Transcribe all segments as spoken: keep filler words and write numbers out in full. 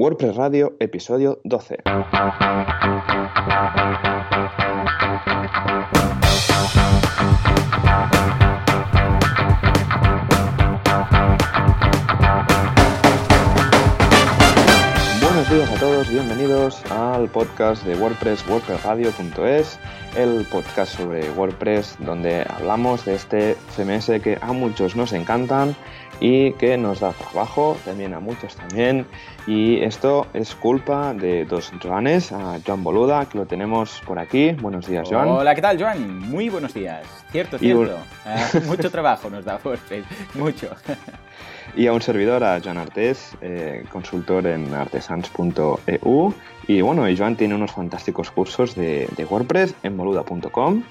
WordPress Radio, episodio doce. Buenos días a todos, bienvenidos al podcast de WordPress, WordPress Radio punto es, el podcast sobre WordPress donde hablamos de este C M S que a muchos nos encantan y que nos da trabajo, también a muchos también, y esto es culpa de dos Joanes, a Joan Boluda, que lo tenemos por aquí. Buenos días, Joan. Hola, ¿qué tal, Joan? Muy buenos días. Cierto, cierto. Un... Uh, mucho trabajo nos da WordPress, mucho. Y a un servidor, a Joan Artés, eh, consultor en artesans punto e u. Y bueno, y Joan tiene unos fantásticos cursos de, de WordPress en boluda punto com,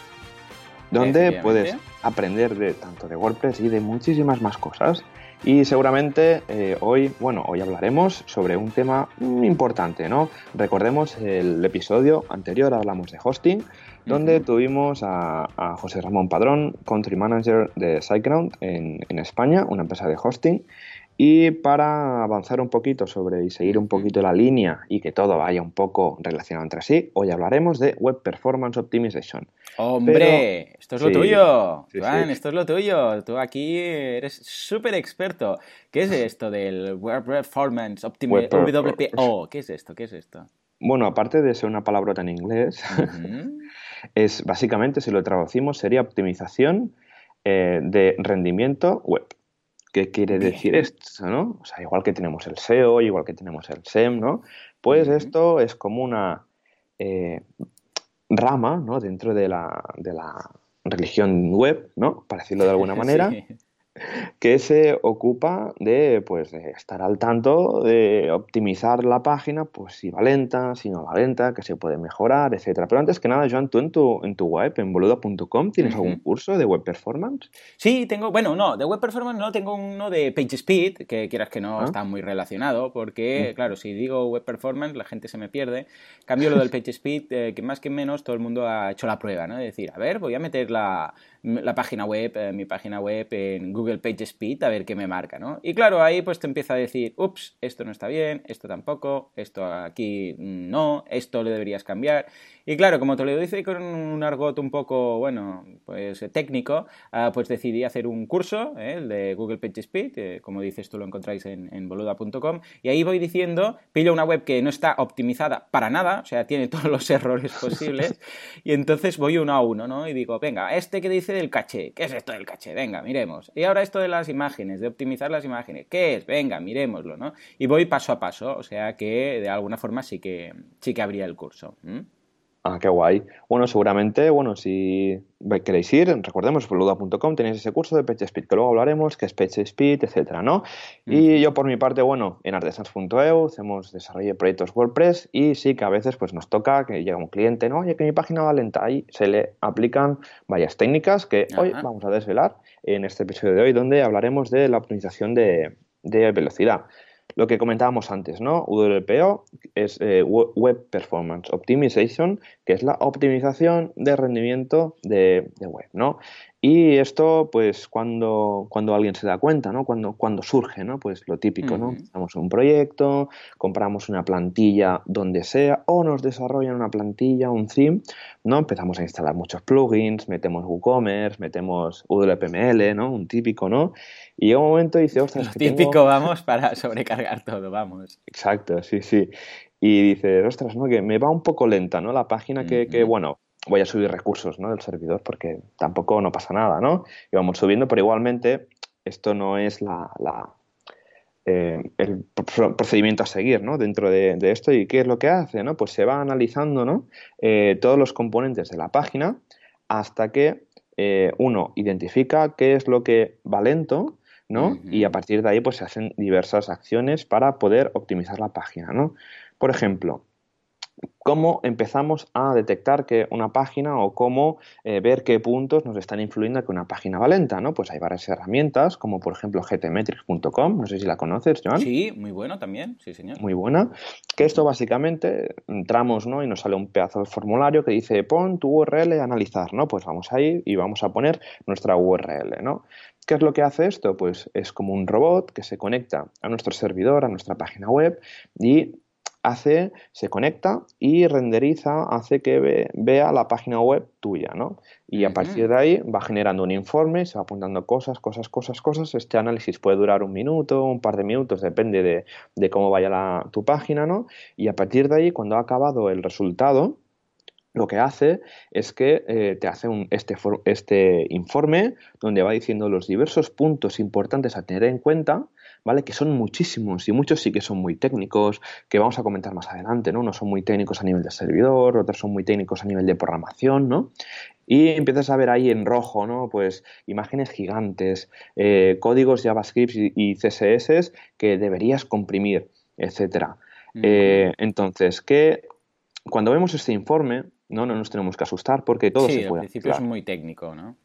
donde puedes aprender de tanto de WordPress y de muchísimas más cosas. Y seguramente eh, hoy, bueno, hoy hablaremos sobre un tema importante, ¿no? Recordemos el episodio anterior, hablamos de hosting, donde uh-huh. tuvimos a, a José Ramón Padrón, Country Manager de SiteGround en, en España, una empresa de hosting. Y para avanzar un poquito sobre y seguir un poquito la línea y que todo vaya un poco relacionado entre sí, hoy hablaremos de Web Performance Optimization. ¡Hombre! Pero, esto es lo sí, tuyo, sí, Juan, sí. esto es lo tuyo. Tú aquí eres súper experto. ¿Qué es esto del Web Performance Optimization? W P O. ¿Qué es esto? ¿Qué es esto? Bueno, aparte de ser una palabrota en inglés, uh-huh. es básicamente, si lo traducimos, sería optimización eh, de rendimiento web. ¿Qué quiere Bien. decir esto, no? O sea, igual que tenemos el S E O, igual que tenemos el S E M, ¿no? Pues uh-huh. esto es como una eh, rama, ¿no? Dentro de la, de la religión web, ¿no? Para decirlo de alguna manera, sí. que se ocupa de, pues, de estar al tanto, de optimizar la página, pues si va lenta, si no va lenta, que se puede mejorar, etcétera. Pero antes que nada, Joan, ¿tú en tu, en tu web, en boluda punto com, tienes uh-huh. algún curso de Web Performance? Sí, tengo, bueno, no, de Web Performance no, tengo uno de PageSpeed, que quieras que no, ¿Ah? está muy relacionado, porque, uh-huh. claro, si digo Web Performance, la gente se me pierde. Cambio lo del PageSpeed, eh, que más que menos todo el mundo ha hecho la prueba, ¿no? De decir, a ver, voy a meter la, la página web, eh, mi página web en Google PageSpeed, a ver qué me marca, ¿no? Y claro, ahí pues te empieza a decir, ups, esto no está bien, esto tampoco, esto aquí no, esto le deberías cambiar. Y claro, como te lo dice con un argot un poco, bueno, pues técnico, uh, pues decidí hacer un curso, ¿eh? el de Google PageSpeed, eh, como dices tú lo encontráis en, en boluda punto com, y ahí voy diciendo, pillo una web que no está optimizada para nada, o sea, tiene todos los errores posibles, y entonces voy uno a uno, ¿no? Y digo, venga, este que dice del caché, ¿qué es esto del caché? Venga, miremos. Y ahora esto de las imágenes, de optimizar las imágenes, ¿qué es? Venga, mirémoslo, ¿no? Y voy paso a paso, o sea que de alguna forma sí que, sí que habría el curso. ¿Mm? Ah, qué guay. Bueno, seguramente, bueno, si queréis ir, recordemos, boluda punto com tenéis ese curso de PageSpeed, que luego hablaremos, que es PageSpeed, etcétera, ¿no? Uh-huh. Y yo por mi parte, bueno, en artesans punto e u hacemos desarrollo de proyectos WordPress y sí que a veces pues nos toca que llega un cliente, no, oye, que mi página va lenta, ahí se le aplican varias técnicas que uh-huh. hoy vamos a desvelar en este episodio de hoy, donde hablaremos de la optimización de, de velocidad. Lo que comentábamos antes, ¿no? W P O es eh, Web Performance Optimization, que es la optimización de rendimiento de, de web, ¿no? Y esto, pues, cuando, cuando alguien se da cuenta, ¿no? Cuando, cuando surge, ¿no? Pues lo típico, ¿no? Estamos en un proyecto, compramos una plantilla donde sea, o nos desarrollan una plantilla, un theme, ¿no? Empezamos a instalar muchos plugins, metemos WooCommerce, metemos W P M L, ¿no? Un típico, ¿no? Y llega un momento y dice, ostras, lo que típico, tengo... vamos, para sobrecargar todo, vamos. Exacto, sí, sí. Y dice, ostras, ¿no? Que me va un poco lenta, ¿no? La página que, uh-huh. que bueno... voy a subir recursos, ¿no? del servidor porque tampoco no pasa nada, ¿no? Y vamos subiendo, pero igualmente esto no es la, la, eh, el procedimiento a seguir, ¿no? Dentro de, de esto. ¿Y qué es lo que hace? ¿no? Pues se va analizando, ¿no? eh, todos los componentes de la página hasta que eh, uno identifica qué es lo que va lento, ¿no? Uh-huh. Y a partir de ahí pues se hacen diversas acciones para poder optimizar la página, ¿no? Por ejemplo, cómo empezamos a detectar que una página o cómo eh, ver qué puntos nos están influyendo a que una página va lenta, ¿no? Pues hay varias herramientas, como por ejemplo g t metrics punto com, no sé si la conoces, Joan. Sí, muy buena también, sí señor. Muy buena, que esto básicamente entramos, ¿no? Y nos sale un pedazo de formulario que dice pon tu U R L a analizar, ¿no? Pues vamos a ir y vamos a poner nuestra U R L, ¿no? ¿Qué es lo que hace esto? Pues es como un robot que se conecta a nuestro servidor, a nuestra página web y hace, se conecta y renderiza, hace que ve, vea la página web tuya, ¿no? Y a partir de ahí va generando un informe, se va apuntando cosas, cosas, cosas, cosas. Este análisis puede durar un minuto, un par de minutos, depende de, de cómo vaya la, tu página, ¿no? Y a partir de ahí, cuando ha acabado el resultado, lo que hace es que eh, te hace un, este, for, este informe donde va diciendo los diversos puntos importantes a tener en cuenta, ¿vale? Que son muchísimos y muchos sí que son muy técnicos, que vamos a comentar más adelante, ¿no? Unos son muy técnicos a nivel de servidor, otros son muy técnicos a nivel de programación, ¿no? Y empiezas a ver ahí en rojo, ¿no? Pues imágenes gigantes, eh, códigos JavaScript y, y C S S que deberías comprimir, etcétera. Uh-huh. Eh, entonces, que cuando vemos este informe, no, no nos tenemos que asustar porque todo sí, se puede en principio arreglar. es muy técnico, ¿no?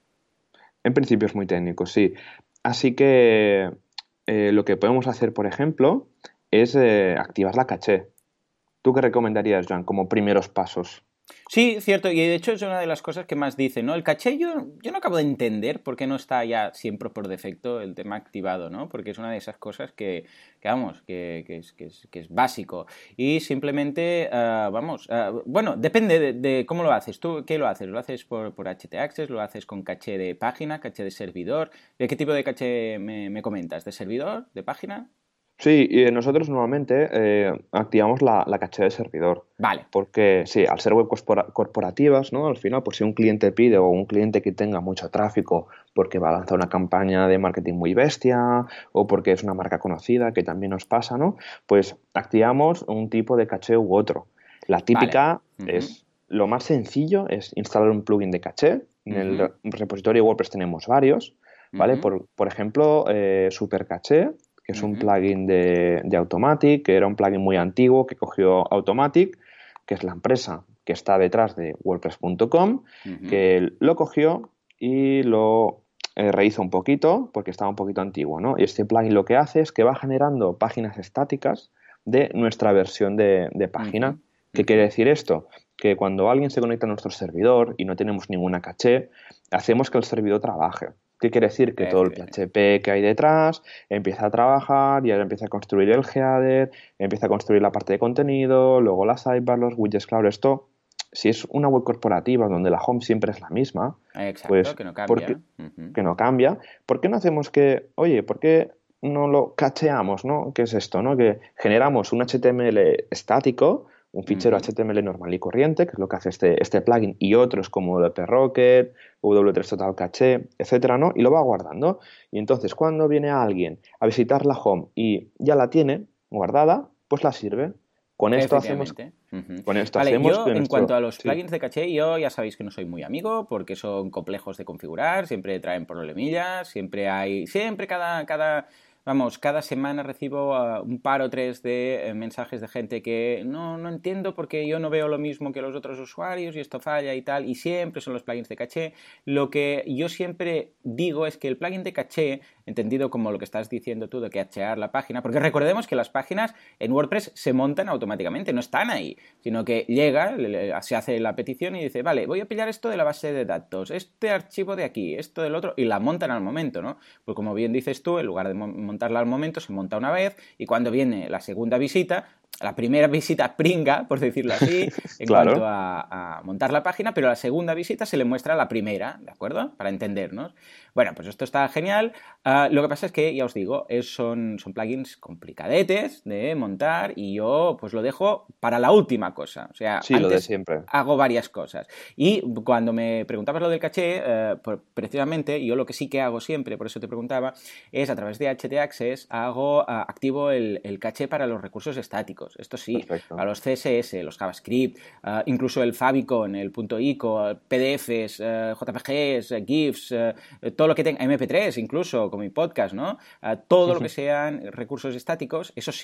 En principio es muy técnico, sí. Así que eh, lo que podemos hacer, por ejemplo, es eh, activar la caché. ¿Tú qué recomendarías, Joan, como primeros pasos? Sí, cierto, y de hecho es una de las cosas que más dicen, ¿no? El caché yo, yo no acabo de entender por qué no está ya siempre por defecto el tema activado, ¿no? Porque es una de esas cosas que, que vamos, que, que, es, que, es, que es básico. Y simplemente, uh, vamos, uh, bueno, depende de, de cómo lo haces. ¿Tú qué lo haces? ¿Lo haces por, por htaccess? ¿Lo haces con caché de página, caché de servidor? ¿De qué tipo de caché me, me comentas? ¿De servidor? ¿De página? Sí, y nosotros normalmente eh, activamos la, la caché de servidor. Vale. Porque, sí, al ser web corporativas, ¿no? Al final, pues si un cliente pide o un cliente que tenga mucho tráfico porque va a lanzar una campaña de marketing muy bestia o porque es una marca conocida, que también nos pasa, ¿no? Pues activamos un tipo de caché u otro. La típica vale. Uh-huh. es, lo más sencillo es instalar un plugin de caché. En uh-huh. el repositorio WordPress tenemos varios, ¿vale? Uh-huh. Por, por ejemplo, eh, Supercaché, que es un uh-huh. plugin de, de Automattic, que era un plugin muy antiguo que cogió Automattic, que es la empresa que está detrás de WordPress punto com, uh-huh. que lo cogió y lo eh, rehizo un poquito porque estaba un poquito antiguo, ¿no? Y este plugin lo que hace es que va generando páginas estáticas de nuestra versión de, de página. Uh-huh. ¿Qué uh-huh. quiere decir esto? Que cuando alguien se conecta a nuestro servidor y no tenemos ninguna caché, hacemos que el servidor trabaje. ¿Qué quiere decir? Que todo el P H P que hay detrás empieza a trabajar y ahora empieza a construir el header, empieza a construir la parte de contenido, luego la sidebar, los widgets. Claro, esto, si es una web corporativa donde la home siempre es la misma, exacto, pues que no cambia. ¿por qué, uh-huh. que no cambia? ¿Por qué no hacemos que, oye, por qué no lo cacheamos, ¿no? ¿Qué es esto, no? Que generamos un H T M L estático, un fichero uh-huh. H T M L normal y corriente, que es lo que hace este, este plugin, y otros como W P Rocket, W tres Total Caché, etcétera, ¿no? Y lo va guardando. Y entonces, cuando viene alguien a visitar la home y ya la tiene guardada, pues la sirve. Con esto hacemos... Uh-huh. Con esto vale, hacemos yo, que en nuestro... cuanto a los sí. plugins de caché, yo ya sabéis que no soy muy amigo porque son complejos de configurar, siempre traen problemillas, siempre hay... Siempre cada... cada Vamos, cada semana recibo uh, un par o tres de eh, mensajes de gente que no, no entiendo porque yo no veo lo mismo que los otros usuarios y esto falla y tal, y siempre son los plugins de caché. Lo que yo siempre digo es que el plugin de caché, entendido como lo que estás diciendo tú de cachear la página, porque recordemos que las páginas en WordPress se montan automáticamente, no están ahí, sino que llega, le, se hace la petición y dice, vale, voy a pillar esto de la base de datos, este archivo de aquí, esto del otro, y la montan al momento, ¿no? Pues como bien dices tú, en lugar de montarla al momento, se monta una vez y cuando viene la segunda visita, la primera visita pringa, por decirlo así, en claro. cuanto a, a montar la página, pero la segunda visita se le muestra la primera, ¿de acuerdo? Para entendernos. Bueno, pues esto está genial. Uh, lo que pasa es que, ya os digo, es, son, son plugins complicadetes de montar y yo pues lo dejo para la última cosa. O sea, sí, antes lo de siempre. hago varias cosas. Y cuando me preguntabas lo del caché, uh, por, precisamente, yo lo que sí que hago siempre, por eso te preguntaba, es a través de htaccess hago, uh, activo el, el caché para los recursos estáticos. Esto sí, Perfecto. a los C S S, los JavaScript, uh, incluso el favicon, el .ico, P D Fs, uh, J P Gs, uh, GIFs, uh, todo lo que tenga, eme pe tres incluso, como mi podcast, ¿no? Uh, todo lo que sean recursos estáticos, eso sí,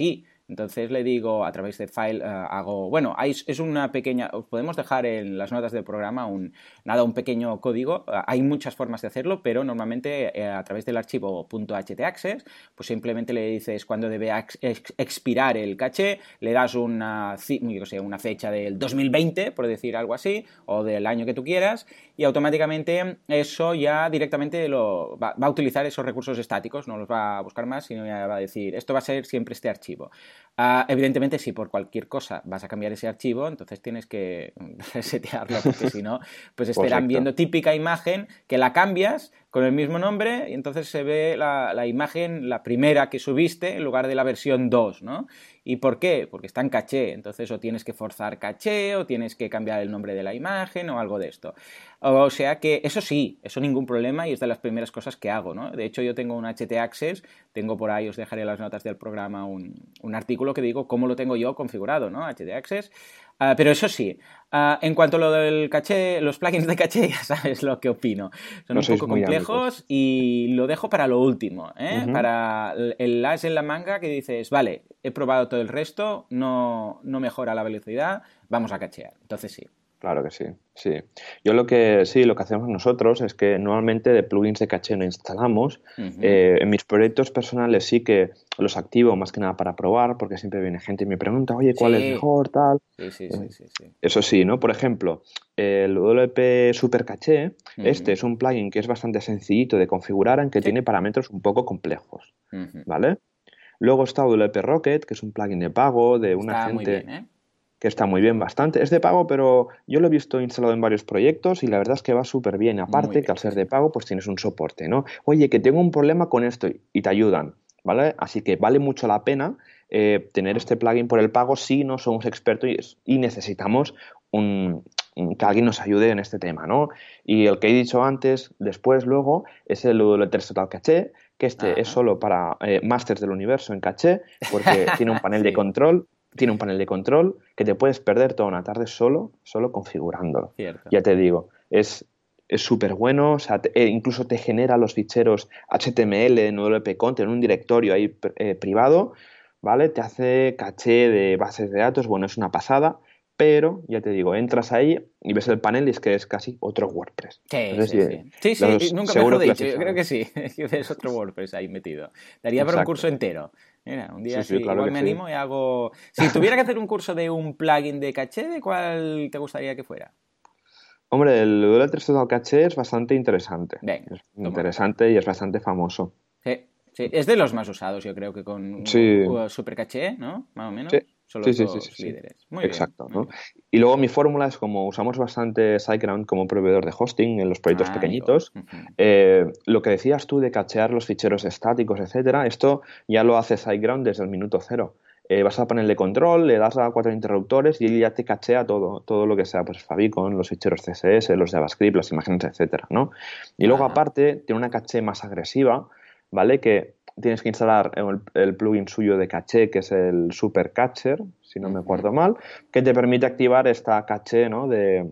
Entonces le digo a través de file, uh, hago, bueno, hay, es una pequeña, os podemos dejar en las notas del programa un, nada, un pequeño código. Uh, hay muchas formas de hacerlo, pero normalmente eh, a través del archivo .htaccess, pues simplemente le dices cuándo debe ex, ex, expirar el caché, le das una, yo sé, una fecha del dos mil veinte, por decir algo así, o del año que tú quieras, y automáticamente eso ya directamente lo, va, va a utilizar esos recursos estáticos, no los va a buscar más, sino ya va a decir, esto va a ser siempre este archivo. Uh, evidentemente, si por cualquier cosa vas a cambiar ese archivo, entonces tienes que resetearlo, porque si no, pues estarán viendo típica imagen que la cambias con el mismo nombre y entonces se ve la, la imagen, la primera que subiste en lugar de la versión dos, ¿no? ¿Y por qué? Porque está en caché, entonces o tienes que forzar caché o tienes que cambiar el nombre de la imagen o algo de esto. O sea que eso sí, eso ningún problema y es de las primeras cosas que hago, ¿no? De hecho yo tengo un htaccess, tengo por ahí, os dejaré las notas del programa un, un artículo que digo cómo lo tengo yo configurado, ¿no? htaccess. Uh, pero eso sí, uh, en cuanto a lo del caché, los plugins de caché, ya sabes lo que opino. Son no un poco complejos amigos. Y lo dejo para lo último, ¿eh? Uh-huh. Para el as en la manga que dices, vale, he probado todo el resto, no, no mejora la velocidad, vamos a cachear. Entonces sí. Claro que sí, sí. Yo lo que sí, lo que hacemos nosotros es que normalmente de plugins de caché no instalamos. Uh-huh. Eh, en mis proyectos personales sí que los activo más que nada para probar, porque siempre viene gente y me pregunta, oye, ¿cuál sí. es mejor, tal? Sí, sí, sí, sí, sí. Eso sí, ¿no? Por ejemplo, el W P Super Caché, uh-huh. este es un plugin que es bastante sencillito de configurar, aunque sí. tiene parámetros un poco complejos, uh-huh. ¿vale? Luego está W P Rocket, que es un plugin de pago de una está gente... Muy bien, ¿eh? que está muy bien, bastante. Es de pago, pero yo lo he visto instalado en varios proyectos y la verdad es que va súper bien. Aparte, bien, que al ser sí. de pago, pues tienes un soporte, ¿no? Oye, que tengo un problema con esto y te ayudan, ¿vale? Así que vale mucho la pena eh, tener este plugin por el pago si no somos expertos y, y necesitamos un, un, que alguien nos ayude en este tema, ¿no? Y el que he dicho antes, después, luego, es el W tres Total Caché, que este Ajá. es solo para eh, Masters del Universo en caché, porque tiene un panel sí. de control Tiene un panel de control que te puedes perder toda una tarde solo, solo configurándolo. Cierto. Ya te digo, es es súper bueno, o sea, te, eh, incluso te genera los ficheros H T M L en W P Content en un directorio ahí eh, privado, ¿vale? Te hace caché de bases de datos, bueno, es una pasada, pero ya te digo, entras ahí y ves el panel y es que es casi otro WordPress. Sí, Entonces, sí, sí. Sí, sí, nunca mejor dicho, yo creo que sí, es otro WordPress ahí metido. Daría para un curso entero. Mira, un día sí, sí, claro igual me animo sí. y hago... Si tuviera que hacer un curso de un plugin de caché, ¿de cuál te gustaría que fuera? Hombre, el W tres Total Caché es bastante interesante. Venga, es interesante y es bastante famoso. Sí, sí, es de los más usados, yo creo que con sí. Super Caché, ¿no? Más o menos. Sí. Son los sí, dos sí, sí, líderes. Sí. Muy Exacto. bien, ¿no? muy bien. Y luego mi fórmula es como usamos bastante SiteGround como proveedor de hosting en los proyectos Ah, pequeñitos. uh-huh. eh, lo que decías tú de cachear los ficheros estáticos, etcétera, esto ya lo hace SiteGround desde el minuto cero. Eh, vas al panel de control, le das a cuatro interruptores y él ya te cachea todo, todo lo que sea, pues Favicon, los ficheros C S S, los JavaScript, las imágenes, etcétera, ¿no? Y luego, Ajá. aparte, tiene una caché más agresiva, ¿vale? Que tienes que instalar el, el plugin suyo de caché, que es el Super Catcher, si no uh-huh. me acuerdo mal, que te permite activar esta caché, ¿no? de,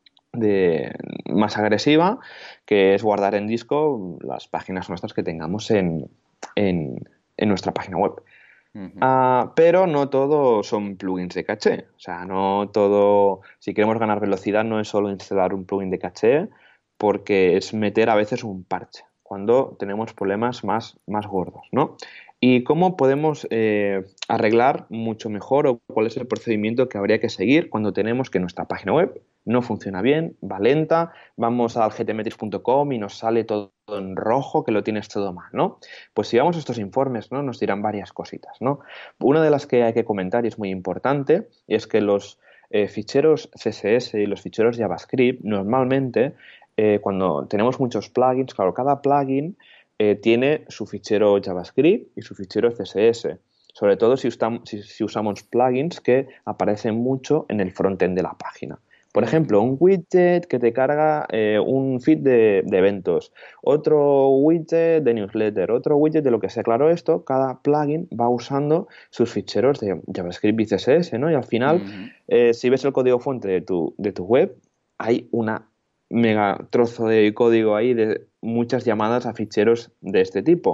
de más agresiva, que es guardar en disco las páginas nuestras que tengamos en, en, en nuestra página web. Uh-huh. Uh, pero no todo son plugins de caché. O sea, no todo... Si queremos ganar velocidad no es solo instalar un plugin de caché, porque es meter a veces un parche cuando tenemos problemas más, más gordos, ¿no? ¿Y cómo podemos eh, arreglar mucho mejor o cuál es el procedimiento que habría que seguir cuando tenemos que nuestra página web no funciona bien, va lenta, vamos al gtmetrix punto com y nos sale todo en rojo, que lo tienes todo mal, ¿no? Pues si vamos a estos informes, ¿no? Nos dirán varias cositas, ¿no? Una de las que hay que comentar y es muy importante es que los eh, ficheros C S S y los ficheros JavaScript normalmente Eh, cuando tenemos muchos plugins, claro, cada plugin eh, tiene su fichero JavaScript y su fichero C S S, sobre todo si, ustam, si, si usamos plugins que aparecen mucho en el frontend de la página. Por ejemplo, un widget que te carga eh, un feed de, de eventos, otro widget de newsletter, otro widget de lo que sea. Claro, esto, cada plugin va usando sus ficheros de JavaScript y C S S, ¿no? Y al final, uh-huh. eh, si ves el código fuente de tu, de tu web, hay una mega trozo de código ahí de muchas llamadas a ficheros de este tipo.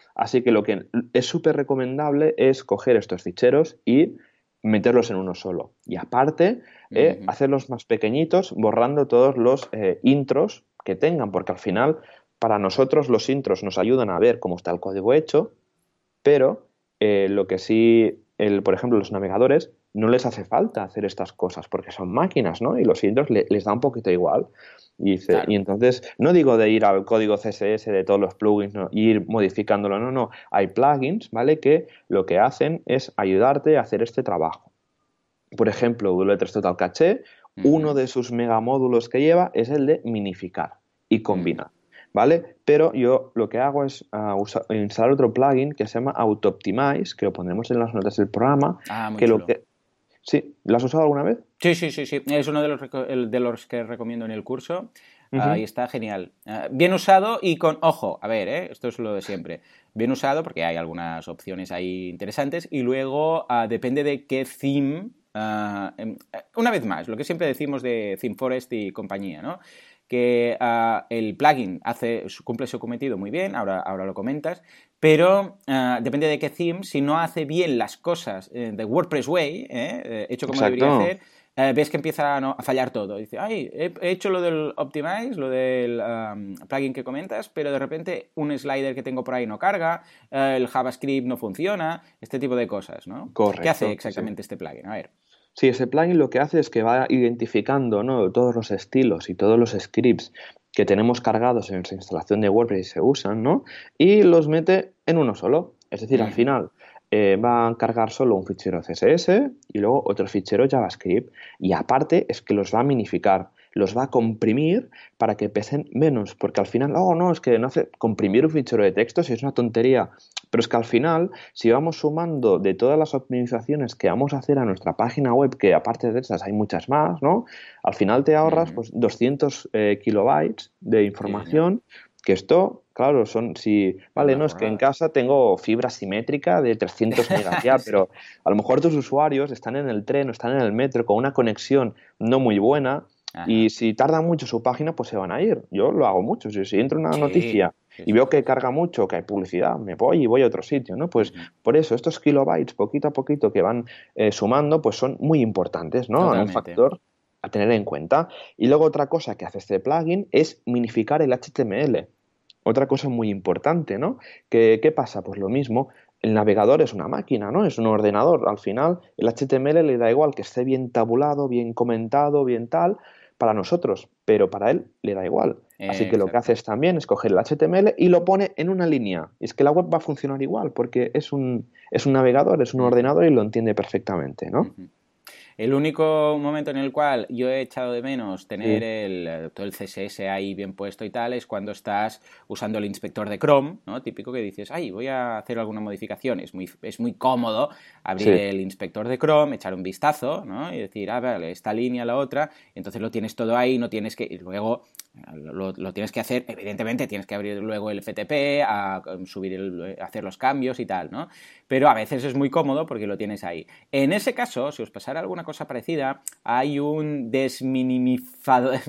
Así que lo que es súper recomendable es coger estos ficheros y meterlos en uno solo. Y aparte, eh, Ujú. hacerlos más pequeñitos, borrando todos los eh, intros que tengan, porque al final, para nosotros los intros nos ayudan a ver cómo está el código hecho, pero eh, lo que sí, el, por ejemplo, los navegadores no les hace falta hacer estas cosas porque son máquinas, ¿no? Y los intros le- les da un poquito igual. Y, dice- y Claro. entonces, no digo de ir al código C S S de todos los plugins, ¿no? Y ir modificándolo, no, no. Hay plugins, ¿vale? Que lo que hacen es ayudarte a hacer este trabajo. Por ejemplo, W tres Total Cache, uno Ujú, de sus megamódulos que lleva es el de minificar y ujú. combinar, ¿vale? Pero yo lo que hago es uh, usa- instalar otro plugin que se llama Auto-Optimize, que lo pondremos en las notas del programa, Ah, muy que lo chulo. que... Sí, ¿lo has usado alguna vez? Sí, sí, sí, sí. Es uno de los, reco- el- de los que recomiendo en el curso. Ah, y Ujú. está genial. Ah, bien usado y con, ojo, a ver, ¿eh? Esto es lo de siempre. Bien usado porque hay algunas opciones ahí interesantes y luego ah, depende de qué theme. ah, em, eh, una vez más, lo que siempre decimos de ThemeForest y compañía, ¿no? Que ah, el plugin hace, cumple su cometido muy bien, ahora, ahora lo comentas, pero uh, depende de qué theme, si no hace bien las cosas eh, de WordPress Way, eh, eh, hecho como debería Exacto, hacer, eh, ves que empieza a, no, a, fallar todo. Dice, ay, he, he, hecho lo del Optimize, lo del um, plugin que comentas, pero de repente un slider que tengo por ahí no carga, eh, el JavaScript no funciona, este tipo de cosas, ¿no? ¿Qué hace correcto, sí, sí. exactamente este plugin? A ver. Sí, ese plugin lo que hace es que va identificando, ¿no?, todos los estilos y todos los scripts que tenemos cargados en nuestra instalación de WordPress y se usan, ¿no? Y los mete en uno solo. Es decir, al Uh -huh. final eh, va a cargar solo un fichero C S S y luego otro fichero JavaScript. Y aparte es que los va a minificar, los va a comprimir para que pesen menos, porque al final, oh, no, es que no hace comprimir un fichero de texto si es una tontería. Pero es que al final, si vamos sumando de todas las optimizaciones que vamos a hacer a nuestra página web, que aparte de esas hay muchas más, ¿no? Al final te Uh ahorras -huh. pues doscientos eh, kilobytes de Sí, señor. información, que esto, claro, son, si, Es vale, una no, es que en burrada. casa tengo fibra simétrica de trescientos megas ya, Sí. pero a lo mejor tus usuarios están en el tren o están en el metro con una conexión no muy buena y Ajá. si tarda mucho su página, pues se van a ir. Yo lo hago mucho. Si, si entro una Sí. noticia Sí, y sí, veo sí. que carga mucho, que hay publicidad, me voy y voy a otro sitio, ¿no? Uh Pues -huh. por eso estos kilobytes, poquito a poquito, que van eh, sumando, pues son muy importantes, ¿no? En un Totalmente. factor a tener en cuenta. Y luego otra cosa que hace este plugin es minificar el H T M L. Otra cosa muy importante, ¿no? ¿Qué, qué pasa? Pues lo mismo, el navegador es una máquina, ¿no? Es un ordenador. Al final, el H T M L le da igual que esté bien tabulado, bien comentado, bien tal, para nosotros, pero para él le da igual. Así Eh, que lo que hace exacto. es también es coger el H T M L y lo pone en una línea. Y es que la web va a funcionar igual, porque es un, es un navegador, es un Uh -huh. ordenador y lo entiende perfectamente, Uh ¿no? -huh. El único momento en el cual yo he echado de menos tener Sí, el, todo el C S S ahí bien puesto y tal es cuando estás usando el inspector de Chrome, ¿no? Típico que dices, ay, voy a hacer alguna modificación. Es muy, es muy cómodo abrir sí, el inspector de Chrome, echar un vistazo, ¿no? Y decir, ah, vale, esta línea, la otra, y entonces lo tienes todo ahí, no tienes que... Y luego lo, lo tienes que hacer, evidentemente tienes que abrir luego el F T P, a subir el, a hacer los cambios y tal, ¿no? Pero a veces es muy cómodo porque lo tienes ahí. En ese caso, si os pasara alguna cosa parecida, hay un desminimizador,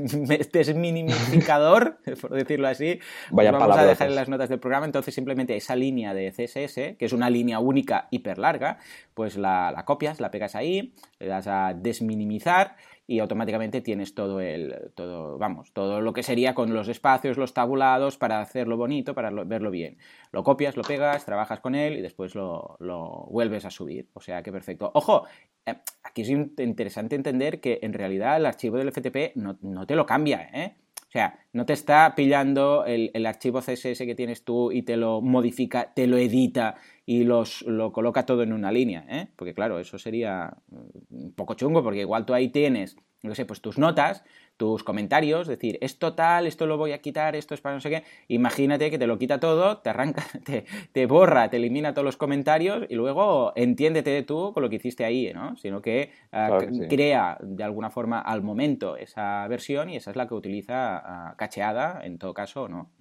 desminimificador, por decirlo así, os vaya vamos a dejar en palabrotas. las notas del programa, entonces simplemente esa línea de C S S, que es una línea única hiper larga, pues la, la copias, la pegas ahí, le das a desminimizar y automáticamente tienes todo el, todo, vamos, todo lo que sería con los espacios, los tabulados, para hacerlo bonito, para lo, verlo bien. Lo copias, lo pegas, trabajas con él y después lo, lo vuelves a subir. O sea que perfecto. Ojo, eh, aquí es interesante entender que en realidad el archivo del F T P no, no te lo cambia, ¿eh? O sea, no te está pillando el, el archivo C S S que tienes tú y te lo modifica, te lo edita y los, lo coloca todo en una línea, ¿eh? Porque claro, eso sería un poco chungo, porque igual tú ahí tienes, no sé, pues tus notas, tus comentarios, decir, esto tal, esto lo voy a quitar, esto es para no sé qué. Imagínate que te lo quita todo, te arranca, te, te borra, te elimina todos los comentarios y luego entiéndete tú con lo que hiciste ahí, ¿no? Sino que Claro que uh, sí. crea de alguna forma al momento esa versión y esa es la que utiliza uh, cacheada, en todo caso, ¿no?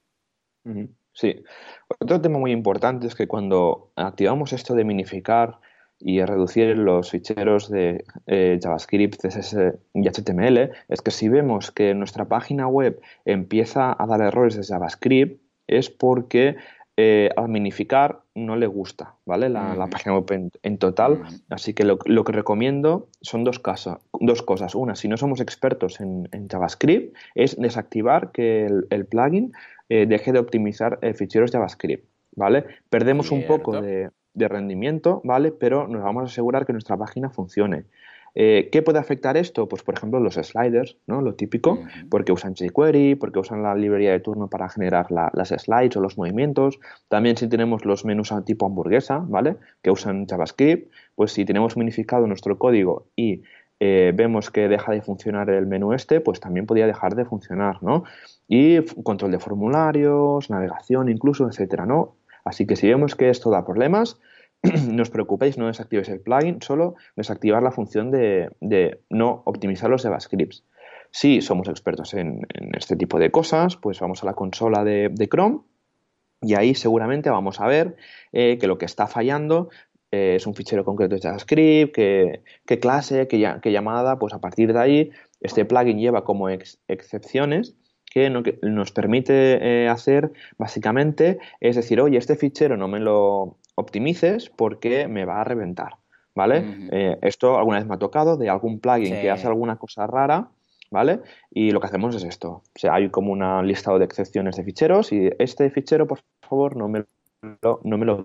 ¿Mm? Ujú. Sí. Otro tema muy importante es que cuando activamos esto de minificar y reducir los ficheros de eh, JavaScript, C S S y H T M L, es que si vemos que nuestra página web empieza a dar errores de JavaScript, es porque eh, al minificar no le gusta, ¿vale? La, Mm. la página web en, en total. Mm. Así que lo, lo que recomiendo son dos, casa, dos cosas. Una, si no somos expertos en, en JavaScript, es desactivar que el, el plugin eh, deje de optimizar eh, ficheros JavaScript, ¿vale? Perdemos un poco Cierto. de, de rendimiento, ¿vale? Pero nos vamos a asegurar que nuestra página funcione. Eh, ¿Qué puede afectar esto? Pues, por ejemplo, los sliders, ¿no? Lo típico, Mm. porque usan jQuery, porque usan la librería de turno para generar la, las slides o los movimientos. También si tenemos los menús a tipo hamburguesa, ¿vale? Que usan JavaScript, pues si tenemos minificado nuestro código y eh, vemos que deja de funcionar el menú este, pues también podría dejar de funcionar, ¿no? Y control de formularios, navegación incluso, etcétera, ¿no? Así que si vemos que esto da problemas, no os preocupéis, no desactivéis el plugin, solo desactivar la función de, de no optimizar los JavaScripts. Si somos expertos en, en este tipo de cosas, pues vamos a la consola de, de Chrome y ahí seguramente vamos a ver eh, que lo que está fallando eh, es un fichero concreto de JavaScript, qué, qué clase, qué, qué llamada, pues a partir de ahí este plugin lleva como ex, excepciones que, no, que nos permite eh, hacer básicamente es decir, oye, este fichero no me lo optimices porque me va a reventar, ¿vale? Mm. Eh, esto alguna vez me ha tocado de algún plugin que hace Sí. alguna cosa rara, ¿vale? Y lo que hacemos es esto. O sea, hay como un listado de excepciones de ficheros y este fichero, por favor, no me lo, no me lo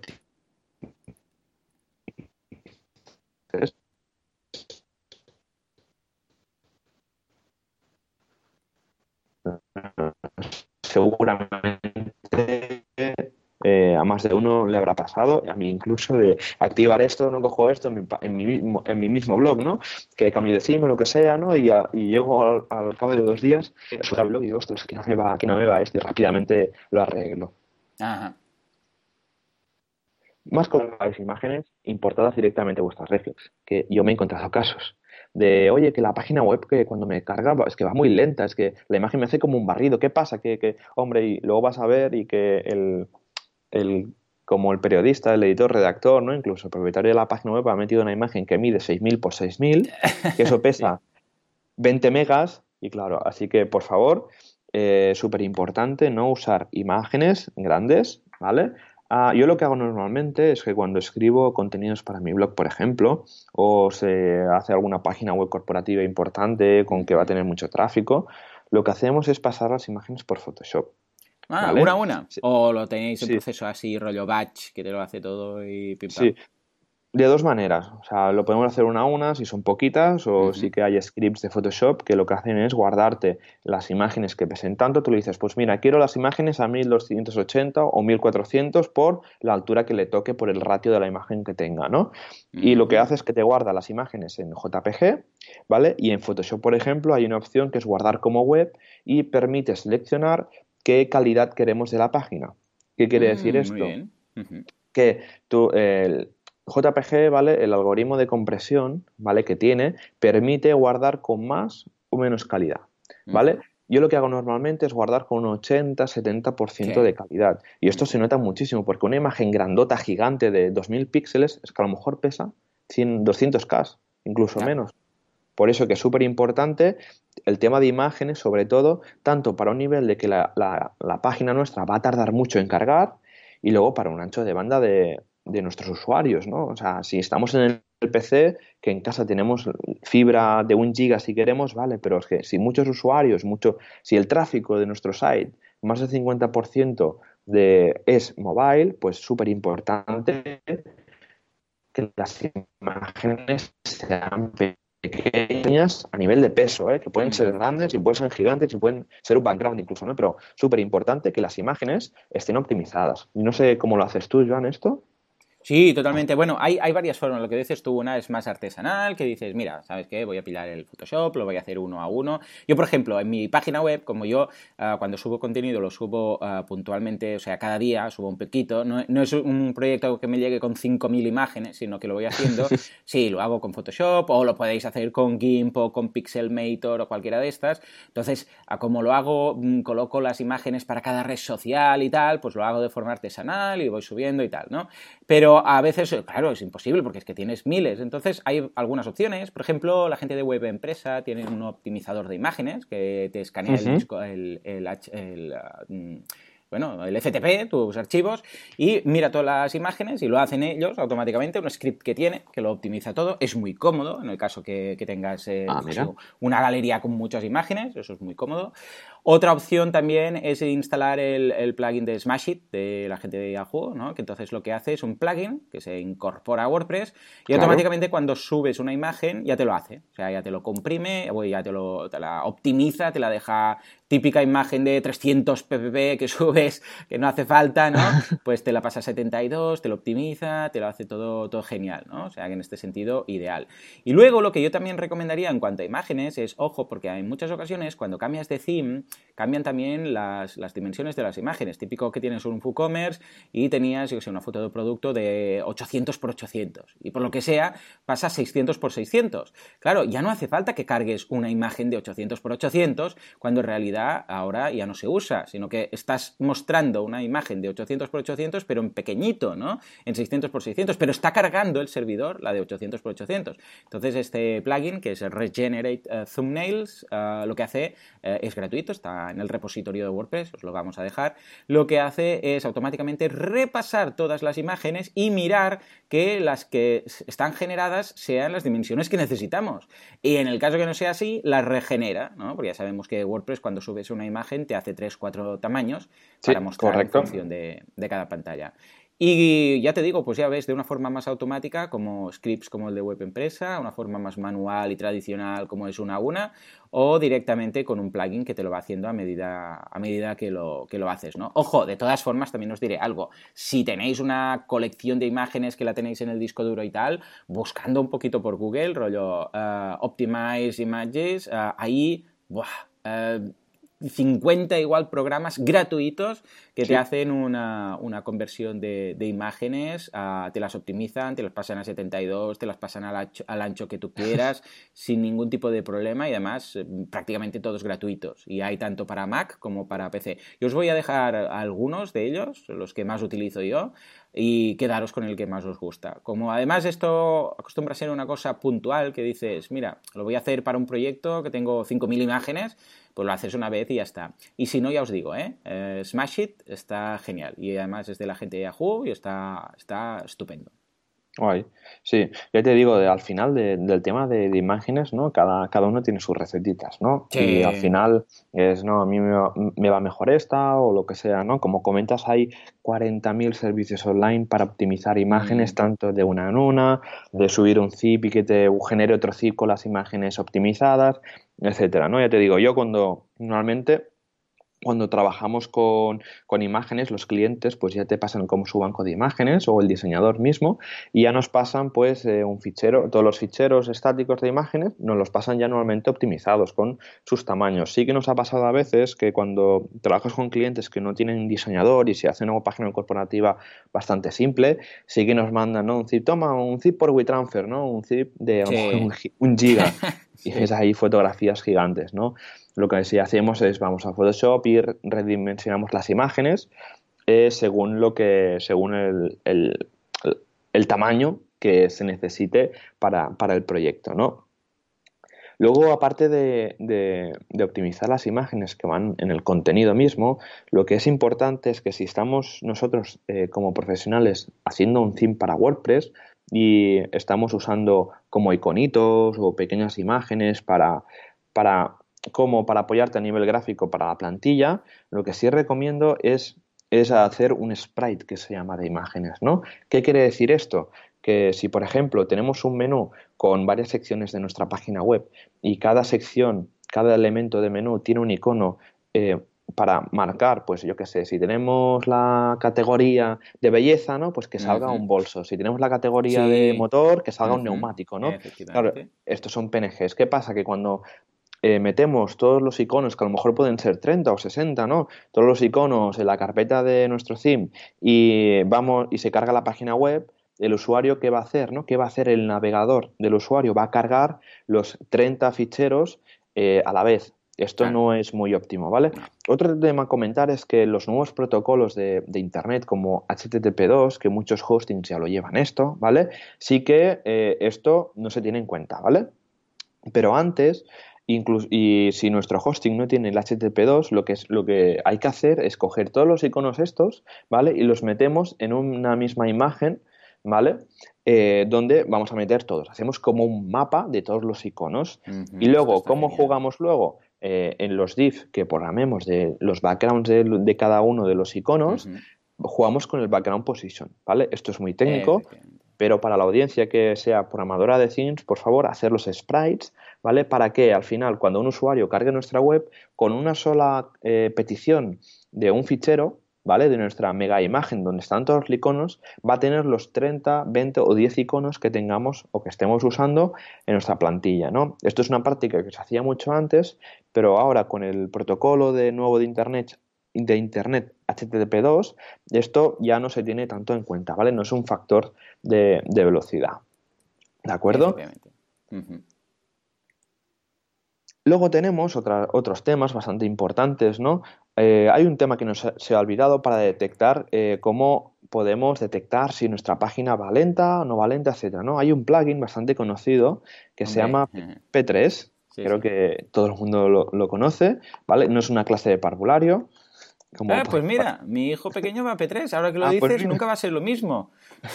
optimices. Seguramente eh, a más de uno le habrá pasado, a mí incluso, de activar esto, no cojo esto en mi, en mi, mismo, en mi mismo blog, ¿no? Que cambio de theme o lo que sea, ¿no? Y, a, y llego al, al cabo de dos días al blog y digo, ostras, que no me va, que no me va esto y rápidamente lo arreglo. Ajá. Más con las imágenes importadas directamente a vuestras reflex, que yo me he encontrado casos de, oye, que la página web que cuando me carga es que va muy lenta, es que la imagen me hace como un barrido, ¿qué pasa? Que, que hombre, y luego vas a ver y que el, el, como el periodista, el editor, redactor, ¿no? Incluso el propietario de la página web ha metido una imagen que mide seis mil por seis mil, que eso Sí. pesa veinte megas, y claro, así que por favor, eh, súper importante no usar imágenes grandes, ¿vale? Ah, yo lo que hago normalmente es que cuando escribo contenidos para mi blog, por ejemplo, o se hace alguna página web corporativa importante con que va a Mm-hmm. tener mucho tráfico, lo que hacemos es pasar las imágenes por Photoshop. Ah, ¿Vale? una a una. Sí, O lo tenéis en sí, proceso así, rollo batch, que te lo hace todo y pim pam. sí. De dos maneras, o sea, lo podemos hacer una a una si son poquitas o sí Uh-huh. que hay scripts de Photoshop que lo que hacen es guardarte las imágenes que pesen tanto, tú le dices, pues mira, quiero las imágenes a mil doscientos ochenta o mil cuatrocientos por la altura que le toque por el ratio de la imagen que tenga, ¿no? Y lo que Uh-huh. hace es que te guarda las imágenes en J P G, ¿vale? Y en Photoshop, por ejemplo, hay una opción que es guardar como web y permite seleccionar qué calidad queremos de la página. ¿Qué quiere decir Mm, muy esto? bien. Uh-huh. Que tú, el J P G, ¿vale? El algoritmo de compresión, ¿vale? Que tiene, permite guardar con más o menos calidad, ¿vale? Uh-huh. Yo lo que hago normalmente es guardar con un ochenta setenta por ciento Sí. de calidad. Y esto se Uh-huh. nota muchísimo, porque una imagen grandota, gigante de dos mil píxeles, es que a lo mejor pesa cien, doscientos K, incluso Ah. menos. Por eso que es súper importante el tema de imágenes, sobre todo, tanto para un nivel de que la, la, la página nuestra va a tardar mucho en cargar, y luego para un ancho de banda de, de nuestros usuarios, ¿no? O sea, si estamos en el P C, que en casa tenemos fibra de un giga si queremos, vale, pero es que si muchos usuarios, mucho, si el tráfico de nuestro site, más del cincuenta por ciento de, es mobile, pues súper importante que las imágenes sean pequeñas a nivel de peso, ¿eh? Que pueden ser Uh-huh. grandes y pueden ser gigantes y pueden ser un background incluso, ¿no? Pero súper importante que las imágenes estén optimizadas. Y no sé cómo lo haces tú, Joan, esto. Sí, totalmente. Bueno, hay, hay varias formas. Lo que dices tú, una es más artesanal, que dices, mira, ¿sabes qué? Voy a pilar el Photoshop, lo voy a hacer uno a uno. Yo, por ejemplo, en mi página web, como yo uh, cuando subo contenido lo subo uh, puntualmente, o sea, cada día subo un poquito, no, no es un proyecto que me llegue con cinco mil imágenes, sino que lo voy haciendo, sí, lo hago con Photoshop o lo podéis hacer con GIMP o con Pixelmator o cualquiera de estas. Entonces, uh, como lo hago, mmm, coloco las imágenes para cada red social y tal, pues lo hago de forma artesanal y voy subiendo y tal, ¿no? Pero a veces, claro, es imposible porque es que tienes miles. Entonces hay algunas opciones. Por ejemplo, la gente de Web Empresa tiene un optimizador de imágenes que te escanea el Uh-huh. disco, el, el, el, el, bueno, el F T P, tus archivos, y mira todas las imágenes y lo hacen ellos automáticamente, un script que tiene, que lo optimiza todo. Es muy cómodo en el caso que, que tengas eh, Ah, mira. una galería con muchas imágenes, eso es muy cómodo. Otra opción también es instalar el, el plugin de Smashit de la gente de Yahoo, ¿no? Que entonces lo que hace es un plugin que se incorpora a WordPress y claro, automáticamente cuando subes una imagen ya te lo hace. O sea, ya te lo comprime, o ya te, lo, te la optimiza, te la deja típica imagen de trescientos p p p que subes, que no hace falta, ¿no? Pues te la pasa a setenta y dos, te lo optimiza, te lo hace todo, todo genial, ¿no? O sea, que en este sentido, ideal. Y luego lo que yo también recomendaría en cuanto a imágenes es, ojo, porque en muchas ocasiones cuando cambias de theme, cambian también las, las dimensiones de las imágenes. Típico que tienes un WooCommerce y tenías, yo que sé, una foto de producto de ochocientos por ochocientos. Y por lo que sea, pasa a seiscientos por seiscientos. Claro, ya no hace falta que cargues una imagen de ochocientos por ochocientos cuando en realidad ahora ya no se usa, sino que estás mostrando una imagen de ochocientos por ochocientos, pero en pequeñito, ¿no? En seiscientos por seiscientos, pero está cargando el servidor la de ochocientos por ochocientos. Entonces, este plugin, que es el Regenerate uh, Thumbnails, uh, lo que hace uh, es gratuito, está en el repositorio de WordPress, os lo vamos a dejar. Lo que hace es automáticamente repasar todas las imágenes y mirar que las que están generadas sean las dimensiones que necesitamos. Y en el caso que no sea así, las regenera, ¿no? Porque ya sabemos que WordPress cuando subes una imagen te hace tres cuatro tamaños para sí, mostrar correcto. En función de, de cada pantalla. Y ya te digo, pues ya ves, de una forma más automática, como scripts como el de Web Empresa, una forma más manual y tradicional como es una a una, o directamente con un plugin que te lo va haciendo a medida, a medida que, lo, que lo haces, ¿no? Ojo, de todas formas también os diré algo, si tenéis una colección de imágenes que la tenéis en el disco duro y tal, buscando un poquito por Google, rollo uh, Optimize Images, uh, ahí, buah, uh, cincuenta igual programas gratuitos que sí. te hacen una, una conversión de, de imágenes, uh, te las optimizan, te las pasan a setenta y dos, te las pasan al ancho, al ancho que tú quieras sin ningún tipo de problema y además eh, prácticamente todos gratuitos y hay tanto para Mac como para P C. Yo os voy a dejar algunos de ellos, los que más utilizo yo, y quedaros con el que más os gusta. Como además esto acostumbra a ser una cosa puntual que dices, mira, lo voy a hacer para un proyecto que tengo cinco mil imágenes, pues lo haces una vez y ya está. Y si no, ya os digo, ¿eh? eh Smashit está genial y además es de la gente de Yahoo y está, está estupendo. Guay. Sí, ya te digo, de, al final de, del tema de, de imágenes, ¿no? Cada, cada uno tiene sus recetitas, ¿no? Sí. Y al final es, no, a mí me va, me va mejor esta o lo que sea, ¿no? Como comentas, hay cuarenta mil servicios online para optimizar imágenes, mm. tanto de una en una, de subir un zip y que te genere otro zip con las imágenes optimizadas, etcétera, ¿no? Ya te digo, yo cuando normalmente... Cuando trabajamos con, con imágenes, los clientes pues ya te pasan como su banco de imágenes o el diseñador mismo y ya nos pasan pues eh, un fichero, todos los ficheros estáticos de imágenes nos los pasan ya normalmente optimizados con sus tamaños. Sí que nos ha pasado a veces que cuando trabajas con clientes que no tienen diseñador y se hace una página corporativa bastante simple, sí que nos mandan, ¿no? Un zip, toma un zip por WeTransfer, ¿no? Un zip de sí. un, un giga. Y ves ahí fotografías gigantes, ¿no? Lo que sí hacemos es vamos a Photoshop y redimensionamos las imágenes eh, según lo que según el, el, el tamaño que se necesite para, para el proyecto, ¿no? Luego, aparte de, de, de optimizar las imágenes que van en el contenido mismo, lo que es importante es que si estamos nosotros eh, como profesionales haciendo un theme para WordPress y estamos usando como iconitos o pequeñas imágenes para, para, como para apoyarte a nivel gráfico para la plantilla, lo que sí recomiendo es, es hacer un sprite que se llama de imágenes, ¿no? ¿Qué quiere decir esto? Que si, por ejemplo, tenemos un menú con varias secciones de nuestra página web y cada sección, cada elemento de menú tiene un icono eh, para marcar, pues yo qué sé, si tenemos la categoría de belleza, ¿no? Pues que salga uh-huh. un bolso. Si tenemos la categoría sí. de motor, que salga uh-huh. un neumático, ¿no? Claro, estos son P N Gs. ¿Qué pasa? Que cuando eh, metemos todos los iconos, que a lo mejor pueden ser treinta o sesenta, ¿no? Todos los iconos en la carpeta de nuestro theme y vamos y se carga la página web, el usuario, ¿qué va a hacer? ¿no? ¿Qué va a hacer el navegador del usuario? Va a cargar los treinta ficheros eh, a la vez. Esto claro. no es muy óptimo, ¿vale? No. Otro tema a comentar es que los nuevos protocolos de, de Internet como H T T P dos, que muchos hostings ya lo llevan esto, ¿vale? Sí que eh, esto no se tiene en cuenta, ¿vale? Pero antes Incluso, y si nuestro hosting no tiene el H T T P dos, lo que, es, lo que hay que hacer es coger todos los iconos estos, ¿vale? Y los metemos en una misma imagen, ¿vale? Eh, donde vamos a meter todos. Hacemos como un mapa de todos los iconos. Uh-huh, y luego, ¿cómo genial. jugamos luego? Eh, en los div que programemos de los backgrounds de, de cada uno de los iconos, uh-huh. jugamos con el background position, ¿vale? Esto es muy técnico, pero para la audiencia que sea programadora de themes, por favor, hacer los sprites, ¿vale? Para que al final, cuando un usuario cargue nuestra web, con una sola eh, petición de un fichero, ¿vale? De nuestra mega imagen donde están todos los iconos, va a tener los treinta, veinte o diez iconos que tengamos o que estemos usando en nuestra plantilla, ¿no? Esto es una práctica que se hacía mucho antes, pero ahora con el protocolo de nuevo de Internet de Internet H T T P dos, esto ya no se tiene tanto en cuenta, ¿vale? No es un factor de, de velocidad. ¿De acuerdo? Uh-huh. Luego tenemos otra, otros temas bastante importantes, ¿no? Eh, hay un tema que nos se ha olvidado para detectar eh, cómo podemos detectar si nuestra página va lenta o no va lenta, etcétera, ¿no? Hay un plugin bastante conocido que Hombre. se llama P tres, sí, creo sí. que todo el mundo lo, lo conoce, ¿vale? No es una clase de parvulario. Como ah, pues mira, mi hijo pequeño va a P tres, ahora que lo ah, dices pues nunca va a ser lo mismo.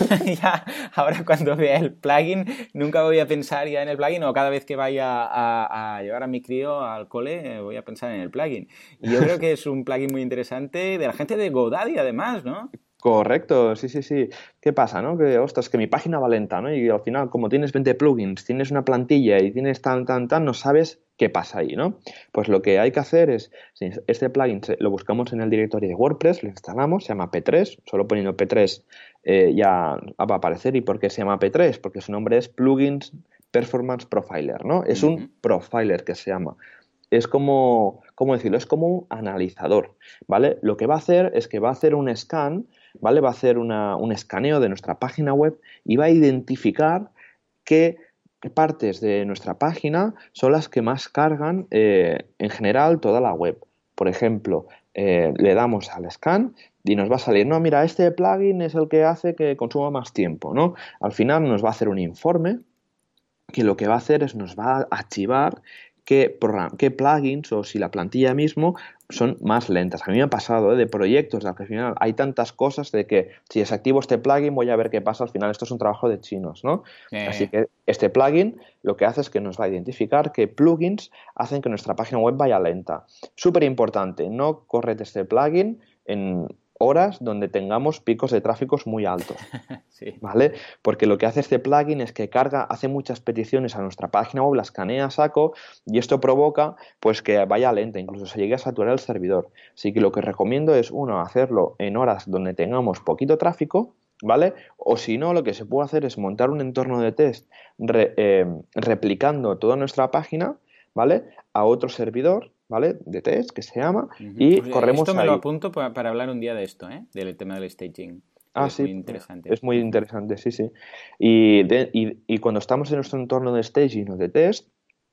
ya, ahora cuando vea el plugin, nunca voy a pensar ya en el plugin o cada vez que vaya a, a llevar a mi crío al cole voy a pensar en el plugin. Y yo creo que es un plugin muy interesante de la gente de GoDaddy además, ¿no? Correcto, sí, sí, sí. ¿Qué pasa, no? Que, ostras, que mi página va lenta, ¿no? Y al final, como tienes veinte plugins, tienes una plantilla y tienes tan, tan, tan, no sabes qué pasa ahí, ¿no? Pues lo que hay que hacer es, si este plugin lo buscamos en el directorio de WordPress, lo instalamos, se llama P tres, solo poniendo P tres eh, ya va a aparecer. ¿Y por qué se llama P tres? Porque su nombre es Plugins Performance Profiler, ¿no? Es uh-huh. un profiler que se llama. Es como, ¿cómo decirlo? Es como un analizador, ¿vale? Lo que va a hacer es que va a hacer un scan, ¿vale? Va a hacer una, un escaneo de nuestra página web y va a identificar qué partes de nuestra página son las que más cargan eh, en general toda la web. Por ejemplo, eh, le damos al scan y nos va a salir, no, mira, este plugin es el que hace que consuma más tiempo, ¿no? Al final nos va a hacer un informe que lo que va a hacer es nos va a archivar qué, qué plugins o si la plantilla mismo son más lentas. A mí me ha pasado ¿eh? de proyectos de que al final hay tantas cosas de que si desactivo este plugin voy a ver qué pasa. Al final esto es un trabajo de chinos, ¿no? Eh. Así que este plugin lo que hace es que nos va a identificar qué plugins hacen que nuestra página web vaya lenta. Súper importante, no corred este plugin en horas donde tengamos picos de tráficos muy altos, sí. ¿vale? Porque lo que hace este plugin es que carga, hace muchas peticiones a nuestra página web, la escanea a saco y esto provoca pues que vaya lenta, incluso se llegue a saturar el servidor. Así que lo que recomiendo es, uno, hacerlo en horas donde tengamos poquito tráfico, ¿vale? O si no, lo que se puede hacer es montar un entorno de test re, eh, replicando toda nuestra página, ¿vale? A otro servidor, ¿vale? De test, que se llama, uh-huh. y pues corremos esto me ahí. lo apunto para, para hablar un día de esto, ¿eh? Del tema del staging. Ah, es sí, muy interesante. Es muy interesante, sí, sí. Y, de, y, y cuando estamos en nuestro entorno de staging o de test,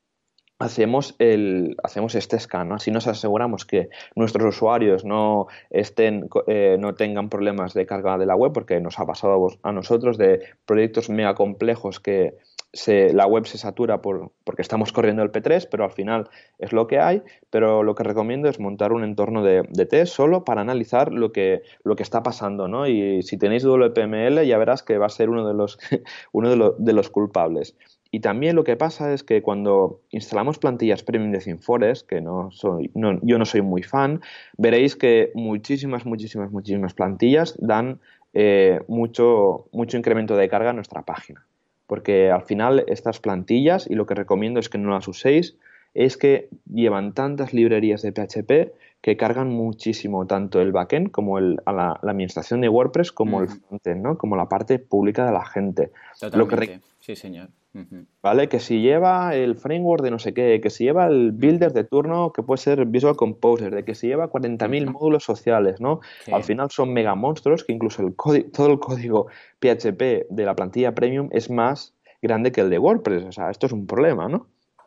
hacemos, el, hacemos este scan, ¿no? Así nos aseguramos que nuestros usuarios no, estén, eh, no tengan problemas de carga de la web, porque nos ha pasado a nosotros de proyectos mega complejos que se, la web se satura por, porque estamos corriendo el P tres, pero al final es lo que hay. Pero lo que recomiendo es montar un entorno de, de test solo para analizar lo que, lo que está pasando, ¿no? Y si tenéis W P M L ya verás que va a ser uno de los, uno de, lo, de los culpables. Y también lo que pasa es que cuando instalamos plantillas premium de ThemeForest, que no soy, no, yo no soy muy fan, veréis que muchísimas, muchísimas, muchísimas plantillas dan eh, mucho, mucho incremento de carga a nuestra página. Porque al final estas plantillas, y lo que recomiendo es que no las uséis, es que llevan tantas librerías de P H P que cargan muchísimo tanto el backend como el, a la, la administración de WordPress como uh-huh. el frontend, ¿no? Como la parte pública de la gente. Totalmente, lo que re- sí señor. Uh-huh. ¿Vale? Que si lleva el framework de no sé qué, que si lleva el builder de turno que puede ser Visual Composer, de que si lleva cuarenta mil uh-huh. módulos sociales, ¿no? Sí. Al final son mega monstruos que incluso el código, todo el código P H P de la plantilla premium es más grande que el de WordPress. O sea, esto es un problema, ¿no?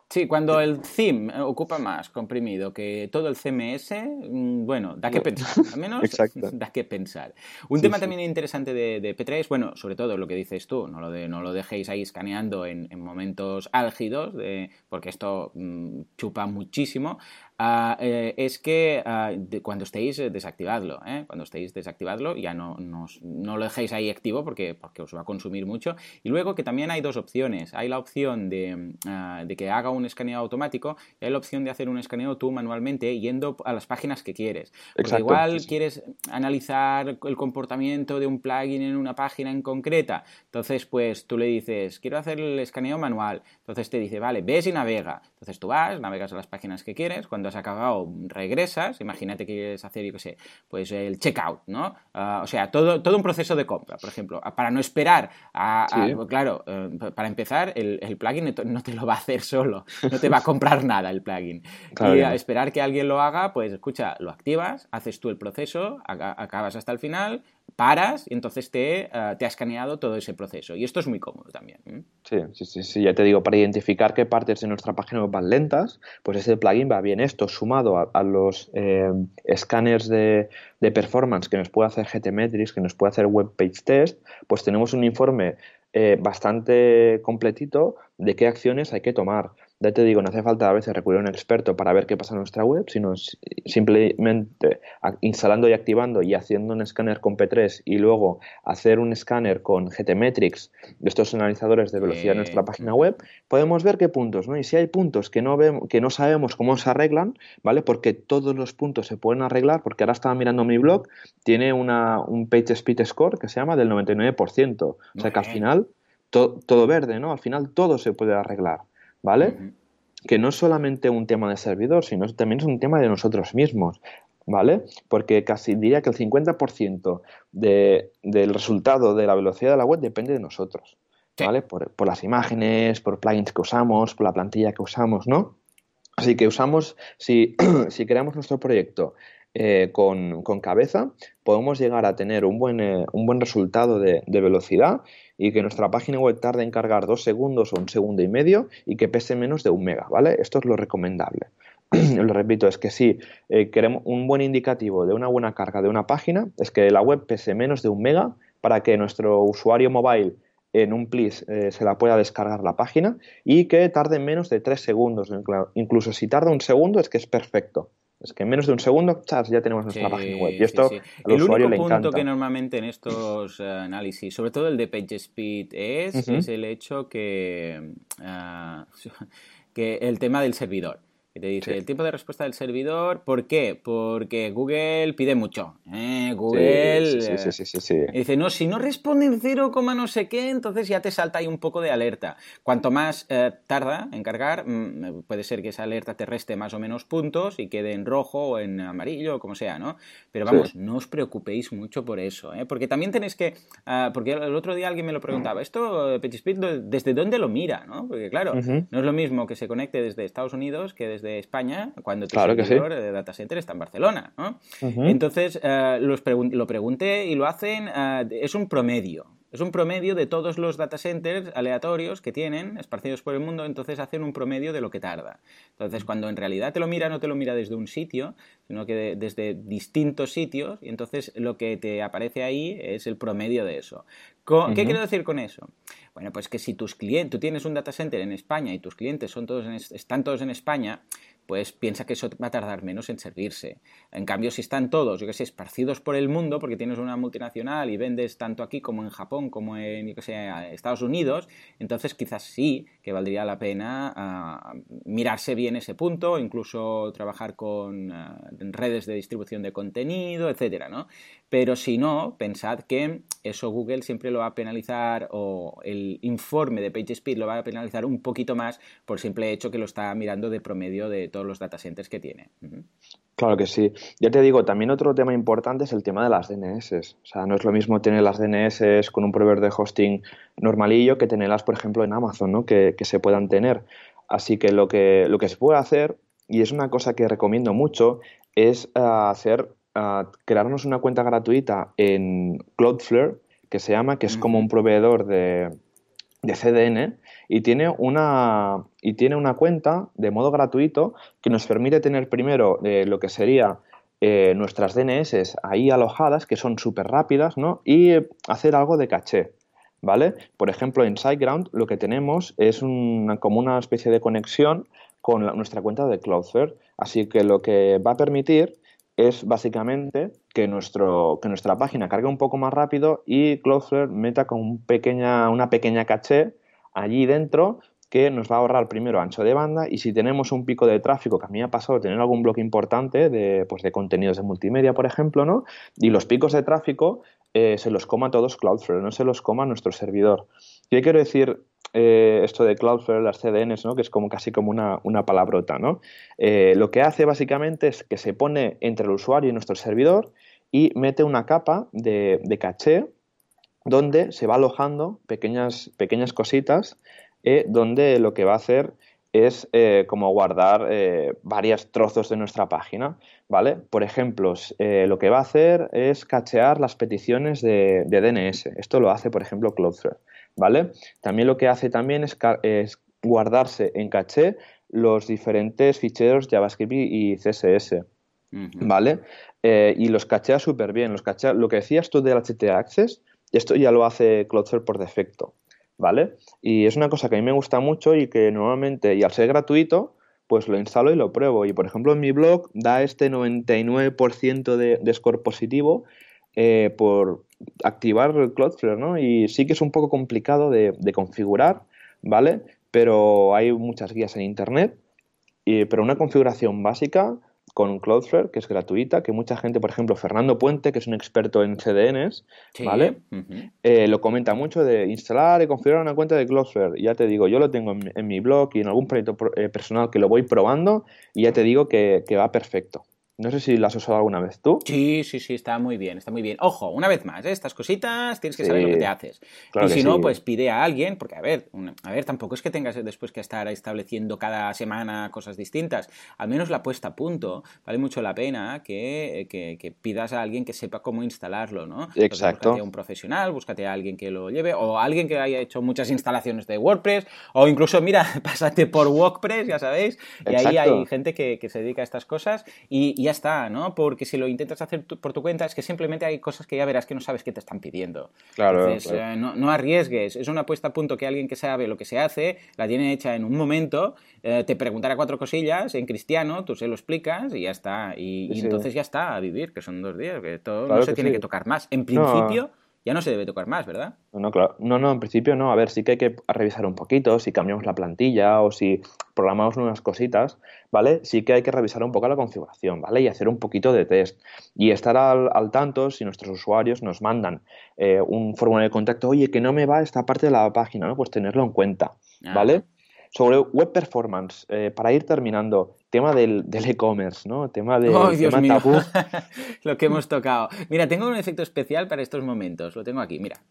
Sí, cuando el theme ocupa más comprimido que todo el C M S, bueno, da que pensar, al menos da que pensar. Un sí, tema sí. también interesante de, de P tres, bueno, sobre todo lo que dices tú, no lo, de, no lo dejéis ahí escaneando en, en momentos álgidos, de, porque esto mmm, chupa muchísimo, uh, eh, es que uh, de, cuando estéis, desactivadlo, ¿eh? Cuando estéis, desactivadlo, ya no, no, no lo dejéis ahí activo porque, porque os va a consumir mucho. Y luego que también hay dos opciones, hay la opción de, uh, de que haga un escaneo automático y hay la opción de hacer un escaneo tú manualmente yendo a las páginas que quieres. Porque Exacto, igual sí, sí. quieres analizar el comportamiento de un plugin en una página en concreta. Entonces, pues tú le dices, quiero hacer el escaneo manual. Entonces te dice, vale, ves y navega. Entonces tú vas, navegas a las páginas que quieres. Cuando has acabado, regresas. Imagínate que quieres hacer, yo qué sé, pues el checkout, ¿no? Uh, o sea, todo, todo un proceso de compra, por ejemplo. Para no esperar a... a sí. Claro, uh, para empezar, el, el plugin no te lo va a hacer solo. No te va a comprar nada el plugin. Claro, y a esperar que alguien lo haga, pues escucha, lo activas, haces tú el proceso, acabas hasta el final, paras y entonces te, uh, te ha escaneado todo ese proceso. Y esto es muy cómodo también. ¿eh? Sí, sí, sí, sí, ya te digo, para identificar qué partes de nuestra página web van lentas, pues ese plugin va bien. Esto sumado a, a los eh, escáneres de, de performance que nos puede hacer GTmetrix, que nos puede hacer Web Page Test, pues tenemos un informe eh, bastante completito de qué acciones hay que tomar. Ya te digo, no hace falta a veces recurrir a un experto para ver qué pasa en nuestra web, sino simplemente instalando y activando y haciendo un escáner con P tres y luego hacer un escáner con GTmetrix, de estos analizadores de velocidad de nuestra página web, podemos ver qué puntos, ¿no? Y si hay puntos que no vemos, que no sabemos cómo se arreglan, ¿vale? Porque todos los puntos se pueden arreglar, porque ahora estaba mirando mi blog, tiene una, un PageSpeed Score que se llama del noventa y nueve por ciento. O sea que al final, to, todo verde, ¿no? Al final todo se puede arreglar. ¿Vale? Uh-huh. Que no es solamente un tema de servidor, sino también es un tema de nosotros mismos, ¿vale? Porque casi diría que el cincuenta por ciento de, del resultado de la velocidad de la web depende de nosotros, ¿vale? Sí. Por, por las imágenes, por plugins que usamos, por la plantilla que usamos, ¿no? Así que usamos, si, si creamos nuestro proyecto eh, con, con cabeza, podemos llegar a tener un buen, eh, un buen resultado de, de velocidad y que nuestra página web tarde en cargar dos segundos o un segundo y medio y que pese menos de un mega, ¿vale? Esto es lo recomendable. Lo repito, es que si eh, queremos un buen indicativo de una buena carga de una página, es que la web pese menos de un mega para que nuestro usuario mobile en un plis eh, se la pueda descargar la página y que tarde menos de tres segundos. Incluso si tarda un segundo es que es perfecto. Es que en menos de un segundo, chas, ya tenemos nuestra sí, página web. Y esto sí, sí. al el usuario único le punto encanta. Que normalmente en estos uh, análisis, sobre todo el de PageSpeed, es, uh-huh. es el hecho que, uh, que el tema del servidor. Que te dice sí. el tiempo de respuesta del servidor, ¿por qué? Porque Google pide mucho. ¿eh? Google sí, sí, sí, sí, sí, sí. Eh, dice, no, si no responden cero, no sé qué, entonces ya te salta ahí un poco de alerta. Cuanto más eh, tarda en cargar, mmm, puede ser que esa alerta te reste más o menos puntos y quede en rojo o en amarillo o como sea, ¿no? Pero vamos, sí. no os preocupéis mucho por eso, ¿eh? Porque también tenéis que... Uh, porque el otro día alguien me lo preguntaba, ¿esto PageSpeed desde dónde lo mira? ¿no? Porque claro, uh-huh. no es lo mismo que se conecte desde Estados Unidos que desde de España cuando tu claro servidor sí. de data center está en Barcelona, ¿no? Uh-huh. Entonces uh, los pregun- lo pregunté y lo hacen, uh, es un promedio. Es un promedio de todos los data centers aleatorios que tienen, esparcidos por el mundo, entonces hacen un promedio de lo que tarda. Entonces, cuando en realidad te lo mira, no te lo mira desde un sitio, sino que de, desde distintos sitios, y entonces lo que te aparece ahí es el promedio de eso. ¿Qué uh-huh. quiero decir con eso? Bueno, pues que si tus clientes, tú tienes un data center en España y tus clientes son todos en, están todos en España, pues piensa que eso va a tardar menos en servirse. En cambio, si están todos, yo que sé, esparcidos por el mundo, porque tienes una multinacional y vendes tanto aquí como en Japón, como en, yo que sé, Estados Unidos, entonces quizás sí que valdría la pena uh, mirarse bien ese punto, incluso trabajar con uh, redes de distribución de contenido, etcétera, ¿no? Pero si no, pensad que eso Google siempre lo va a penalizar, o el informe de PageSpeed lo va a penalizar un poquito más por simple hecho que lo está mirando de promedio de todos los data centers que tiene. Uh-huh. Claro que sí. Ya te digo, también otro tema importante es el tema de las D N S. O sea, no es lo mismo tener las D N S con un proveedor de hosting normalillo que tenerlas, por ejemplo, en Amazon, ¿no? Que, que se puedan tener. Así que lo que, lo que se puede hacer, y es una cosa que recomiendo mucho, es uh, hacer, uh, crearnos una cuenta gratuita en Cloudflare, que se llama, que es uh-huh. como un proveedor de... de C D N y tiene una, y tiene una cuenta de modo gratuito que nos permite tener primero eh, lo que sería eh, nuestras D N S ahí alojadas, que son súper rápidas, ¿no? Y hacer algo de caché, ¿vale? Por ejemplo, en SiteGround lo que tenemos es una, como una especie de conexión con la, nuestra cuenta de Cloudflare. Así que lo que va a permitir es básicamente que, nuestro, que nuestra página cargue un poco más rápido y Cloudflare meta con un pequeña, una pequeña caché allí dentro que nos va a ahorrar primero ancho de banda, y si tenemos un pico de tráfico, que a mí me ha pasado tener algún bloque importante de, pues de contenidos de multimedia, por ejemplo, ¿no? Y los picos de tráfico eh, se los coma todos Cloudflare, no se los coma nuestro servidor. ¿Qué quiero decir eh, esto de Cloudflare, las C D Ns, ¿no? Que es como casi como una, una palabrota, ¿no? Eh, lo que hace básicamente es que se pone entre el usuario y nuestro servidor y mete una capa de, de caché donde se va alojando pequeñas, pequeñas cositas eh, donde lo que va a hacer es eh, como guardar eh, varios trozos de nuestra página, ¿vale? Por ejemplo, eh, lo que va a hacer es cachear las peticiones de, de D N S. Esto lo hace, por ejemplo, Cloudflare, ¿vale? También lo que hace también es, es guardarse en caché los diferentes ficheros JavaScript y C S S, uh-huh. ¿Vale? Eh, y los cachea súper bien. Los cachea, lo que decías tú del H T Access, esto ya lo hace Cloudflare por defecto, ¿vale? Y es una cosa que a mí me gusta mucho y que normalmente, y al ser gratuito, pues lo instalo y lo pruebo. Y, por ejemplo, en mi blog da este noventa y nueve por ciento de, de score positivo eh, por activar Cloudflare, ¿no? Y sí que es un poco complicado de, de configurar, ¿vale? Pero hay muchas guías en internet, y, pero una configuración básica con Cloudflare, que es gratuita, que mucha gente, por ejemplo, Fernando Puente, que es un experto en C D Ns, sí. ¿Vale? Uh-huh. Eh, lo comenta mucho de instalar y configurar una cuenta de Cloudflare. Y ya te digo, yo lo tengo en, en mi blog y en algún proyecto eh, personal que lo voy probando, y ya te digo que, que va perfecto. No sé si lo has usado alguna vez tú. Sí, sí, sí, está muy bien, está muy bien. Ojo, una vez más, ¿eh? Estas cositas tienes que sí, saber lo que te haces. Claro y si no, sí. Pues pide a alguien, porque a ver, una, a ver, tampoco es que tengas después que estar estableciendo cada semana cosas distintas. Al menos la puesta a punto vale mucho la pena que, que, que pidas a alguien que sepa cómo instalarlo, ¿no? Exacto. Entonces, búscate a un profesional, búscate a alguien que lo lleve, o a alguien que haya hecho muchas instalaciones de WordPress, o incluso, mira, pásate por WordPress, ya sabéis, y Exacto. Ahí hay gente que, que se dedica a estas cosas y, y ya está, ¿no? Porque si lo intentas hacer tu, por tu cuenta, es que simplemente hay cosas que ya verás que no sabes qué te están pidiendo. Claro, Entonces, claro. Eh, no, no arriesgues. Es una puesta a punto que alguien que sabe lo que se hace, la tiene hecha en un momento, eh, te preguntará cuatro cosillas en cristiano, tú se lo explicas y ya está. Y, sí, y entonces ya está, a vivir, que son dos días, que esto claro no se tiene sí. que tocar más. En principio... No. Ya no se debe tocar más, ¿verdad? No, no, claro. No, no, en principio no. A ver, sí que hay que revisar un poquito, si cambiamos la plantilla o si programamos unas cositas, ¿vale? Sí que hay que revisar un poco la configuración, ¿vale? Y hacer un poquito de test. Y estar al, al tanto si nuestros usuarios nos mandan eh, un formulario de contacto, oye, que no me va esta parte de la página, ¿no? Pues tenerlo en cuenta, ¿vale? Ah. Sobre web performance, eh, para ir terminando, tema del, del e-commerce, ¿no? Tema de ¡Oh, Dios tema mío! tabú. Lo que hemos tocado. Mira, tengo un efecto especial para estos momentos. Lo tengo aquí, mira.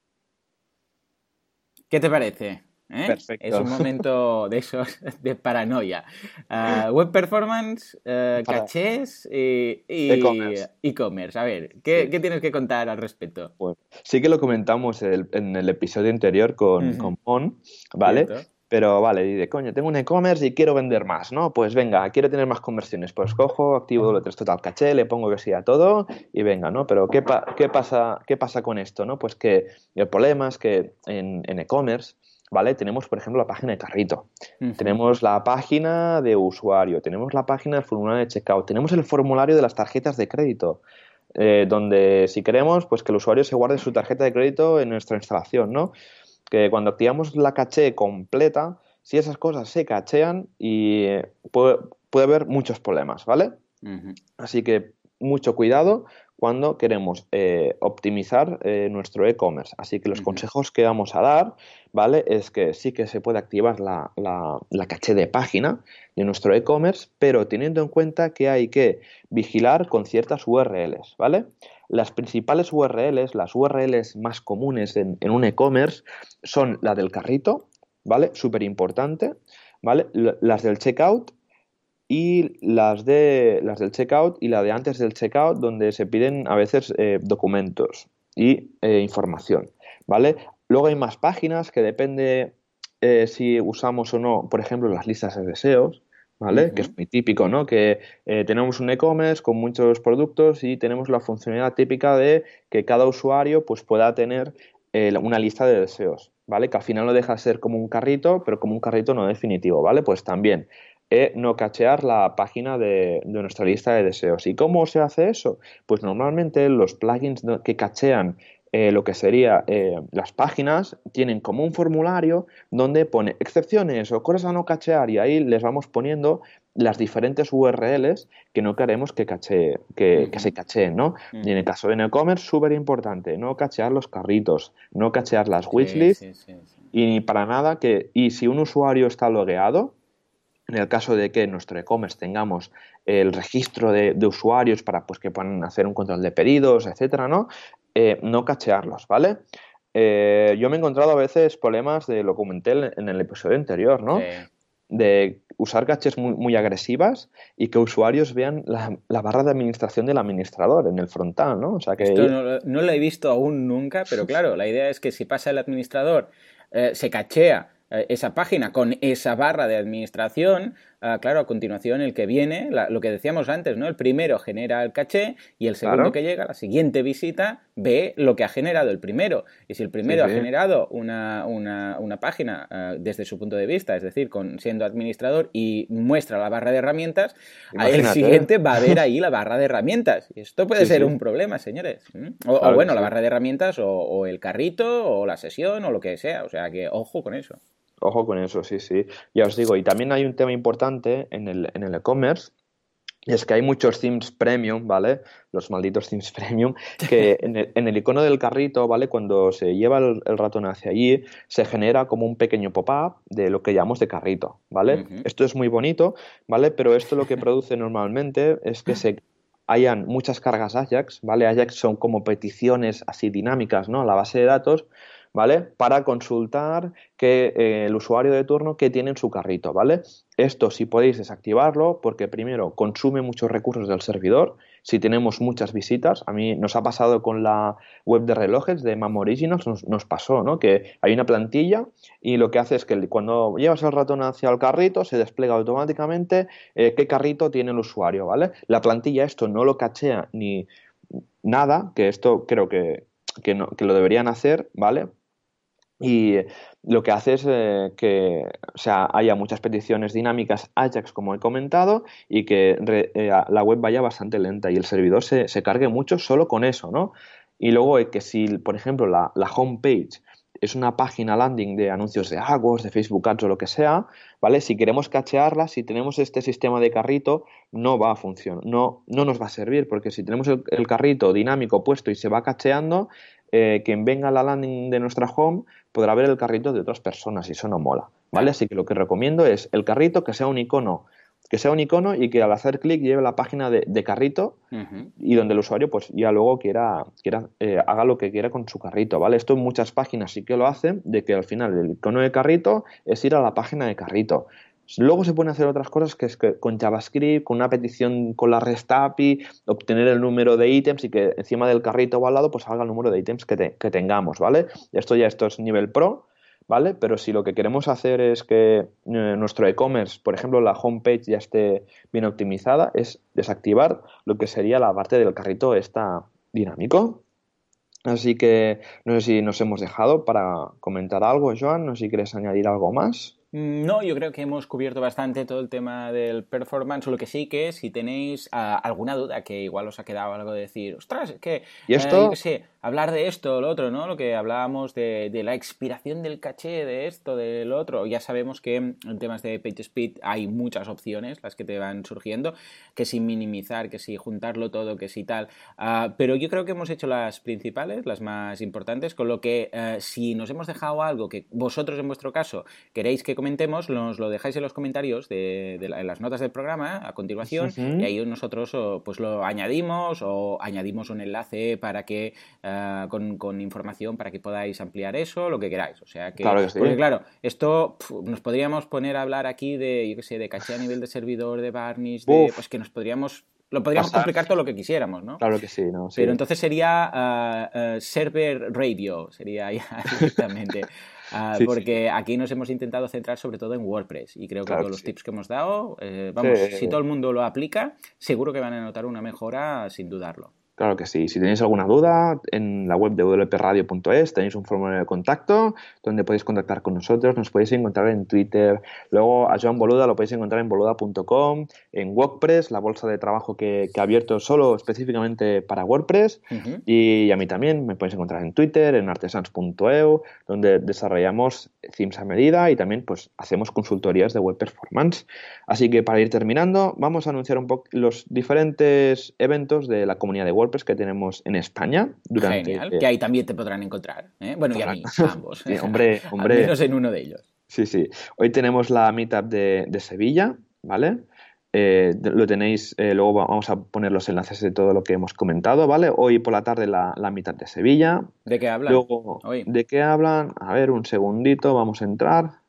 ¿Qué te parece? ¿Eh? Perfecto. Es un momento de esos de paranoia. Uh, web performance, uh, para... cachés y, y e-commerce. e-commerce. A ver, ¿qué, sí. ¿qué tienes que contar al respecto? Bueno, sí que lo comentamos el, en el episodio anterior con, uh-huh. con Mon, ¿vale? ¿Cierto? Pero vale, dice, coño, tengo un e-commerce y quiero vender más, ¿no? Pues venga, quiero tener más conversiones. Pues cojo, activo doble tres total caché, le pongo que sí a todo y venga, ¿no? Pero ¿qué, pa- qué, pasa, ¿qué pasa con esto, no? Pues que el problema es que en, en e-commerce, ¿vale? Tenemos, por ejemplo, la página de carrito, uh-huh. tenemos la página de usuario, tenemos la página del formulario de checkout, tenemos el formulario de las tarjetas de crédito, eh, donde si queremos, pues que el usuario se guarde su tarjeta de crédito en nuestra instalación, ¿no? Que cuando activamos la caché completa, si esas cosas se cachean y puede, puede haber muchos problemas, ¿vale? Uh-huh. Así que mucho cuidado cuando queremos eh, optimizar eh, nuestro e-commerce. Así que los uh-huh. consejos que vamos a dar, ¿vale? Es que sí que se puede activar la, la, la caché de página de nuestro e-commerce, pero teniendo en cuenta que hay que vigilar con ciertas U R Ls, ¿vale? Las principales U R Ls, las U R Ls más comunes en, en un e-commerce son la del carrito, ¿vale? Súper importante, ¿vale? L- las del checkout y las, de, las del checkout y la de antes del checkout, donde se piden a veces eh, documentos y eh, información, ¿vale? Luego hay más páginas que depende eh, si usamos o no, por ejemplo, las listas de deseos, ¿vale? Uh-huh. Que es muy típico, ¿no? Que eh, tenemos un e-commerce con muchos productos y tenemos la funcionalidad típica de que cada usuario pues, pueda tener eh, una lista de deseos, ¿vale? Que al final no deja de ser como un carrito, pero como un carrito no definitivo, ¿vale? Pues también eh, no cachear la página de, de nuestra lista de deseos. ¿Y cómo se hace eso? Pues normalmente los plugins que cachean Eh, lo que sería eh, las páginas tienen como un formulario donde pone excepciones o cosas a no cachear y ahí les vamos poniendo las diferentes U R Ls que no queremos que, cache, que, uh-huh. que se cacheen, ¿no? Uh-huh. Y en el caso de e-commerce, súper importante, no cachear los carritos, no cachear las wishlists sí, sí, sí, sí. y para nada que, y si un usuario está logueado, en el caso de que en nuestro e-commerce tengamos el registro de, de usuarios para pues, que puedan hacer un control de pedidos, etcétera, ¿no? Eh, no cachearlos, ¿vale? Eh, yo me he encontrado a veces problemas, de, lo comenté en el episodio anterior, ¿no? Sí. De usar caches muy, muy agresivas y que usuarios vean la, la barra de administración del administrador en el frontal, ¿no? O sea que... Esto no, no lo he visto aún nunca, pero claro, la idea es que si pasa el administrador, eh, se cachea esa página con esa barra de administración, uh, claro, a continuación el que viene, la, lo que decíamos antes, ¿no? El primero genera el caché y el segundo claro. que llega, la siguiente visita, ve lo que ha generado el primero. Y si el primero sí, sí. ha generado una, una, una página uh, desde su punto de vista, es decir, con, siendo administrador y muestra la barra de herramientas, Imagínate. el siguiente va a ver ahí la barra de herramientas. Y esto puede sí, ser sí. un problema, señores. O, claro o bueno, la sí. barra de herramientas o, o el carrito o la sesión o lo que sea. O sea que ojo con eso. Ojo con eso, sí, sí. Ya os digo, y también hay un tema importante en el en el e-commerce, y es que hay muchos themes premium, ¿vale? Los malditos themes premium, que en el, en el icono del carrito, ¿vale? Cuando se lleva el, el ratón hacia allí, se genera como un pequeño pop-up de lo que llamamos de carrito, ¿vale? Uh-huh. Esto es muy bonito, ¿vale? Pero esto lo que produce normalmente es que se hayan muchas cargas Ajax, ¿vale? Ajax son como peticiones así dinámicas, ¿no? A la base de datos, ¿vale? Para consultar que eh, el usuario de turno que tiene en su carrito, ¿vale? Esto si podéis desactivarlo porque primero consume muchos recursos del servidor. Si tenemos muchas visitas, a mí nos ha pasado con la web de relojes de Mam Originals, nos, nos pasó, ¿no? Que hay una plantilla y lo que hace es que cuando llevas el ratón hacia el carrito se despliega automáticamente eh, qué carrito tiene el usuario, ¿vale? La plantilla esto no lo cachea ni nada, que esto creo que, que, no, que lo deberían hacer, ¿vale? Y lo que hace es eh, que o sea, haya muchas peticiones dinámicas Ajax, como he comentado, y que re, eh, la web vaya bastante lenta y el servidor se, se cargue mucho solo con eso, ¿no? Y luego eh, que si, por ejemplo, la, la homepage es una página landing de anuncios de AdWords, de Facebook Ads o lo que sea, ¿vale? Si queremos cachearla, si tenemos este sistema de carrito, no va a funcionar, no, no nos va a servir, porque si tenemos el, el carrito dinámico puesto y se va cacheando, eh, quien venga a la landing de nuestra home podrá ver el carrito de otras personas y eso no mola, ¿vale? Así que lo que recomiendo es el carrito que sea un icono, que sea un icono y que al hacer clic lleve la página de, de carrito uh-huh. y donde el usuario pues ya luego quiera, quiera eh, haga lo que quiera con su carrito, ¿vale? Esto en muchas páginas sí que lo hacen, de que al final el icono de carrito es ir a la página de carrito. Luego se pueden hacer otras cosas que es que con JavaScript, con una petición con la REST A P I, obtener el número de ítems y que encima del carrito o al lado pues salga el número de ítems que, te, que tengamos, ¿vale? Esto ya esto es nivel pro, ¿vale? Pero si lo que queremos hacer es que eh, nuestro e-commerce, por ejemplo, la homepage ya esté bien optimizada, es desactivar lo que sería la parte del carrito esta dinámico. Así que no sé si nos hemos dejado para comentar algo, Joan, no sé si quieres añadir algo más. No, yo creo que hemos cubierto bastante todo el tema del performance, lo que sí que si tenéis uh, alguna duda que igual os ha quedado algo de decir, ostras, es que, ¿Y esto? Eh, yo qué sé, hablar de esto o lo otro, ¿no? Lo que hablábamos de, de la expiración del caché, de esto, del otro. Ya sabemos que en temas de PageSpeed hay muchas opciones, las que te van surgiendo, que si minimizar, que si juntarlo todo, que si tal. Uh, pero yo creo que hemos hecho las principales, las más importantes, con lo que uh, si nos hemos dejado algo que vosotros en vuestro caso queréis que comentemos, nos lo dejáis en los comentarios de, de la, en las notas del programa a continuación uh-huh. y ahí nosotros oh, pues lo añadimos o añadimos un enlace para que uh, con, con información para que podáis ampliar eso, lo que queráis. O sea que, claro que sí. Porque claro, esto pf, nos podríamos poner a hablar aquí de, yo qué sé, de caché a nivel de servidor, de varnish, de, pues que nos podríamos lo podríamos pasar. complicar todo lo que quisiéramos, ¿no? Claro que sí, ¿no? Sí. Pero entonces sería uh, uh, server radio, sería ya directamente. Uh, sí, porque sí. aquí nos hemos intentado centrar sobre todo en WordPress y creo que claro con los sí. tips que hemos dado, eh, vamos, sí. si todo el mundo lo aplica, seguro que van a notar una mejora sin dudarlo. Claro que sí. Si tenéis alguna duda, en la web de w p radio punto es tenéis un formulario de contacto donde podéis contactar con nosotros. Nos podéis encontrar en Twitter. Luego a Joan Boluda lo podéis encontrar en boluda punto com, en WordPress, la bolsa de trabajo que, que ha abierto solo específicamente para WordPress. Uh-huh. Y a mí también me podéis encontrar en Twitter, en artesans punto e u, donde desarrollamos themes a medida y también pues hacemos consultorías de web performance. Así que para ir terminando, vamos a anunciar un poco los diferentes eventos de la comunidad de WordPress que tenemos en España. Durante, Genial, eh, que ahí también te podrán encontrar. ¿eh? Bueno, y a mí, a ambos. Sí, hombre, hombre. Al menos en uno de ellos. Sí, sí. Hoy tenemos la Meetup de, de Sevilla, ¿vale? Eh, lo tenéis, eh, luego vamos a poner los enlaces de todo lo que hemos comentado, ¿vale? Hoy por la tarde la, la Meetup de Sevilla. ¿De qué hablan? Luego, Hoy. ¿de qué hablan? A ver, un segundito, vamos a entrar.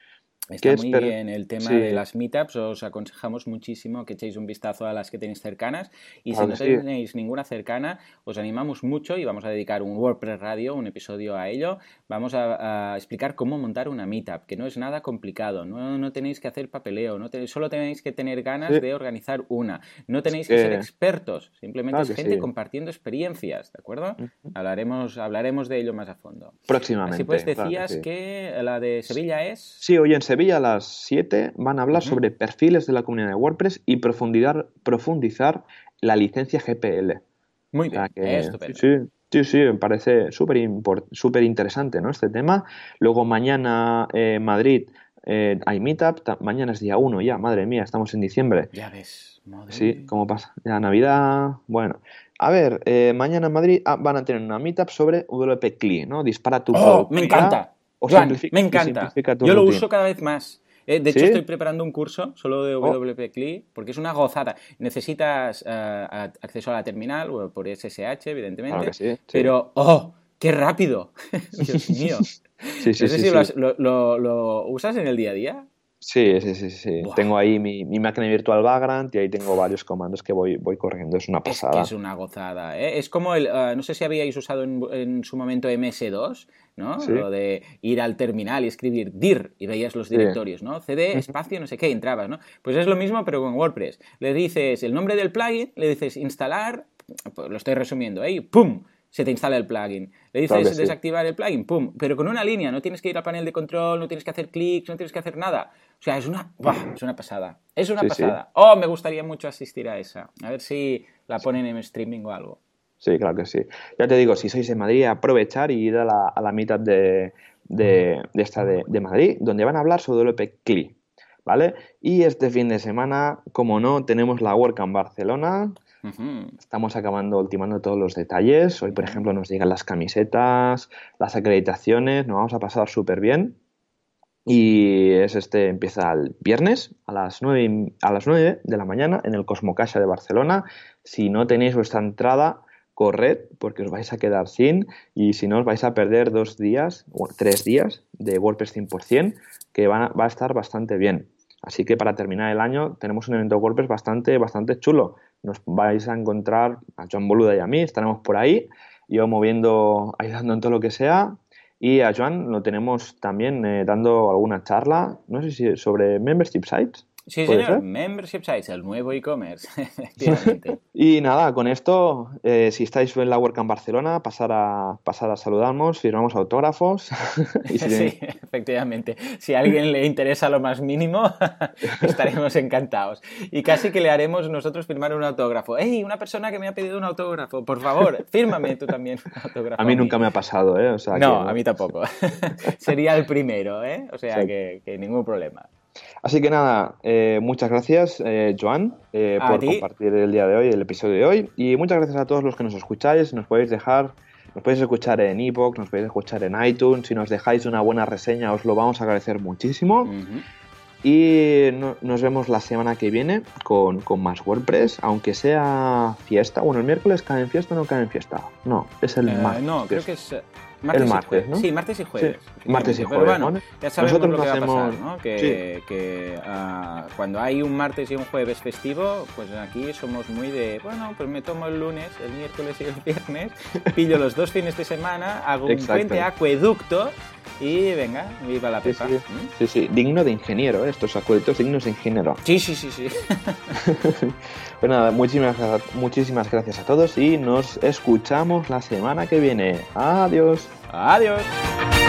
Está muy esper... bien el tema sí. de las meetups, os aconsejamos muchísimo que echéis un vistazo a las que tenéis cercanas y claro si no tenéis sí. ninguna cercana, os animamos mucho y vamos a dedicar un WordPress Radio, un episodio a ello. Vamos a, a explicar cómo montar una meetup, que no es nada complicado, no, no tenéis que hacer papeleo, no te, solo tenéis que tener ganas sí. de organizar una, no tenéis que, que ser expertos, simplemente claro es gente sí. compartiendo experiencias, ¿de acuerdo? Uh-huh. Hablaremos, hablaremos de ello más a fondo. Próximamente. Así pues decías claro que, sí. que la de Sevilla es... Sí, hoy en Sevilla a las siete van a hablar uh-huh. sobre perfiles de la comunidad de WordPress y profundizar, profundizar la licencia G P L. Muy bien, o sea que, estupendo. Sí, sí, sí, me parece súper import, súper interesante, ¿no? Este tema. Luego mañana en eh, Madrid eh, hay Meetup, ta- mañana es día uno ya, madre mía, estamos en diciembre. Ya ves, madre Sí, ¿cómo pasa? Ya Navidad, bueno. A ver, eh, mañana en Madrid ah, van a tener una Meetup sobre W P C L I, ¿no? Dispara tu ¡Oh, me encanta! O Joan, me encanta. Yo lo uso cada vez más. Eh, de ¿Sí? hecho, estoy preparando un curso solo de W P C L I porque es una gozada. Necesitas uh, acceso a la terminal por S S H, evidentemente. Claro que sí, sí. Pero, ¡oh! ¡Qué rápido! Dios mío. Sí, sí, no sé sí, si sí. Lo, has, lo, lo, lo usas en el día a día. Sí, sí, sí, sí. Tengo ahí mi, mi máquina virtual Vagrant y ahí tengo varios comandos que voy, voy corriendo. Es una pasada. Es que es una gozada, ¿eh? Es como el... Uh, no sé si habíais usado en, en su momento M S dos, ¿no? ¿Sí? Lo de ir al terminal y escribir dir y veías los directorios, sí. ¿no? C D, espacio, no sé qué, entrabas, ¿no? Pues es lo mismo, pero con WordPress. Le dices el nombre del plugin, le dices instalar, pues lo estoy resumiendo, ¿eh? Y ¡pum! Se te instala el plugin. Le dices claro desactivar sí. el plugin, ¡pum! Pero con una línea, no tienes que ir al panel de control, no tienes que hacer clics, no tienes que hacer nada. O sea, es una, ¡buah! Es una pasada. Es una sí, pasada. Sí. Oh, me gustaría mucho asistir a esa. A ver si la ponen en streaming o algo. Sí, claro que sí. Ya te digo, si sois de Madrid, aprovechar y ir a la, a la meetup de, de, de esta de, de Madrid, donde van a hablar sobre W P C L I, ¿vale? Y este fin de semana, como no, tenemos la WordCamp Barcelona. Uh-huh. Estamos acabando, ultimando todos los detalles. Hoy, por ejemplo, nos llegan las camisetas, las acreditaciones, nos vamos a pasar súper bien. Y es este, empieza el viernes a las nueve, a las nueve de la mañana en el Cosmocaixa de Barcelona. Si no tenéis vuestra entrada, corred porque os vais a quedar sin, y si no os vais a perder dos días o tres días de WordPress cien por ciento, que van a, va a estar bastante bien. Así que para terminar el año tenemos un evento WordPress bastante, bastante chulo. Nos vais a encontrar a Joan Boluda y a mí, estaremos por ahí, yo moviendo, ayudando en todo lo que sea. Y a Joan lo tenemos también eh, dando alguna charla, no sé si sobre membership sites. Sí, señor, ser? Membership Sites, el nuevo e-commerce, efectivamente. Y nada, con esto, eh, si estáis en la WordCamp Barcelona, pasar a, pasar a saludarnos, firmamos autógrafos. y si sí, efectivamente. Si a alguien le interesa lo más mínimo, estaremos encantados. Y casi que le haremos nosotros firmar un autógrafo. ¡Ey, una persona que me ha pedido un autógrafo! Por favor, fírmame tú también un autógrafo. A mí, a mí. nunca me ha pasado, ¿eh? O sea, no, que... a mí tampoco. Sería el primero, ¿eh? O sea, sí. que, que ningún problema. Así que nada, eh, muchas gracias, eh, Joan, eh, por ti. compartir el día de hoy, el episodio de hoy. Y muchas gracias a todos los que nos escucháis. Nos podéis dejar, nos podéis escuchar en iVoox, nos podéis escuchar en iTunes. Si nos dejáis una buena reseña, os lo vamos a agradecer muchísimo. Uh-huh. Y no, nos vemos la semana que viene con, con más WordPress, aunque sea fiesta. Bueno, el miércoles cae en fiesta o no cae en fiesta. No, es el eh, martes. No, creo que es... Martes el martes, ¿no? Sí, martes y jueves. Sí, martes y jueves. Pero bueno, ¿vale? ya sabemos Nosotros lo que hacemos... va a pasar, ¿no? Que, sí. que uh, cuando hay un martes y un jueves festivo, pues aquí somos muy de, bueno, pues me tomo el lunes, el miércoles y el viernes, pillo los dos fines de semana, hago un Exacto. puente acueducto y venga, viva la pepa. Sí, sí, ¿Mm? sí, sí. Digno de ingeniero, ¿eh? Estos acueductos dignos de ingeniero. Sí, sí, sí, sí. Pues nada, muchísimas, muchísimas gracias a todos y nos escuchamos la semana que viene. Adiós. Adiós.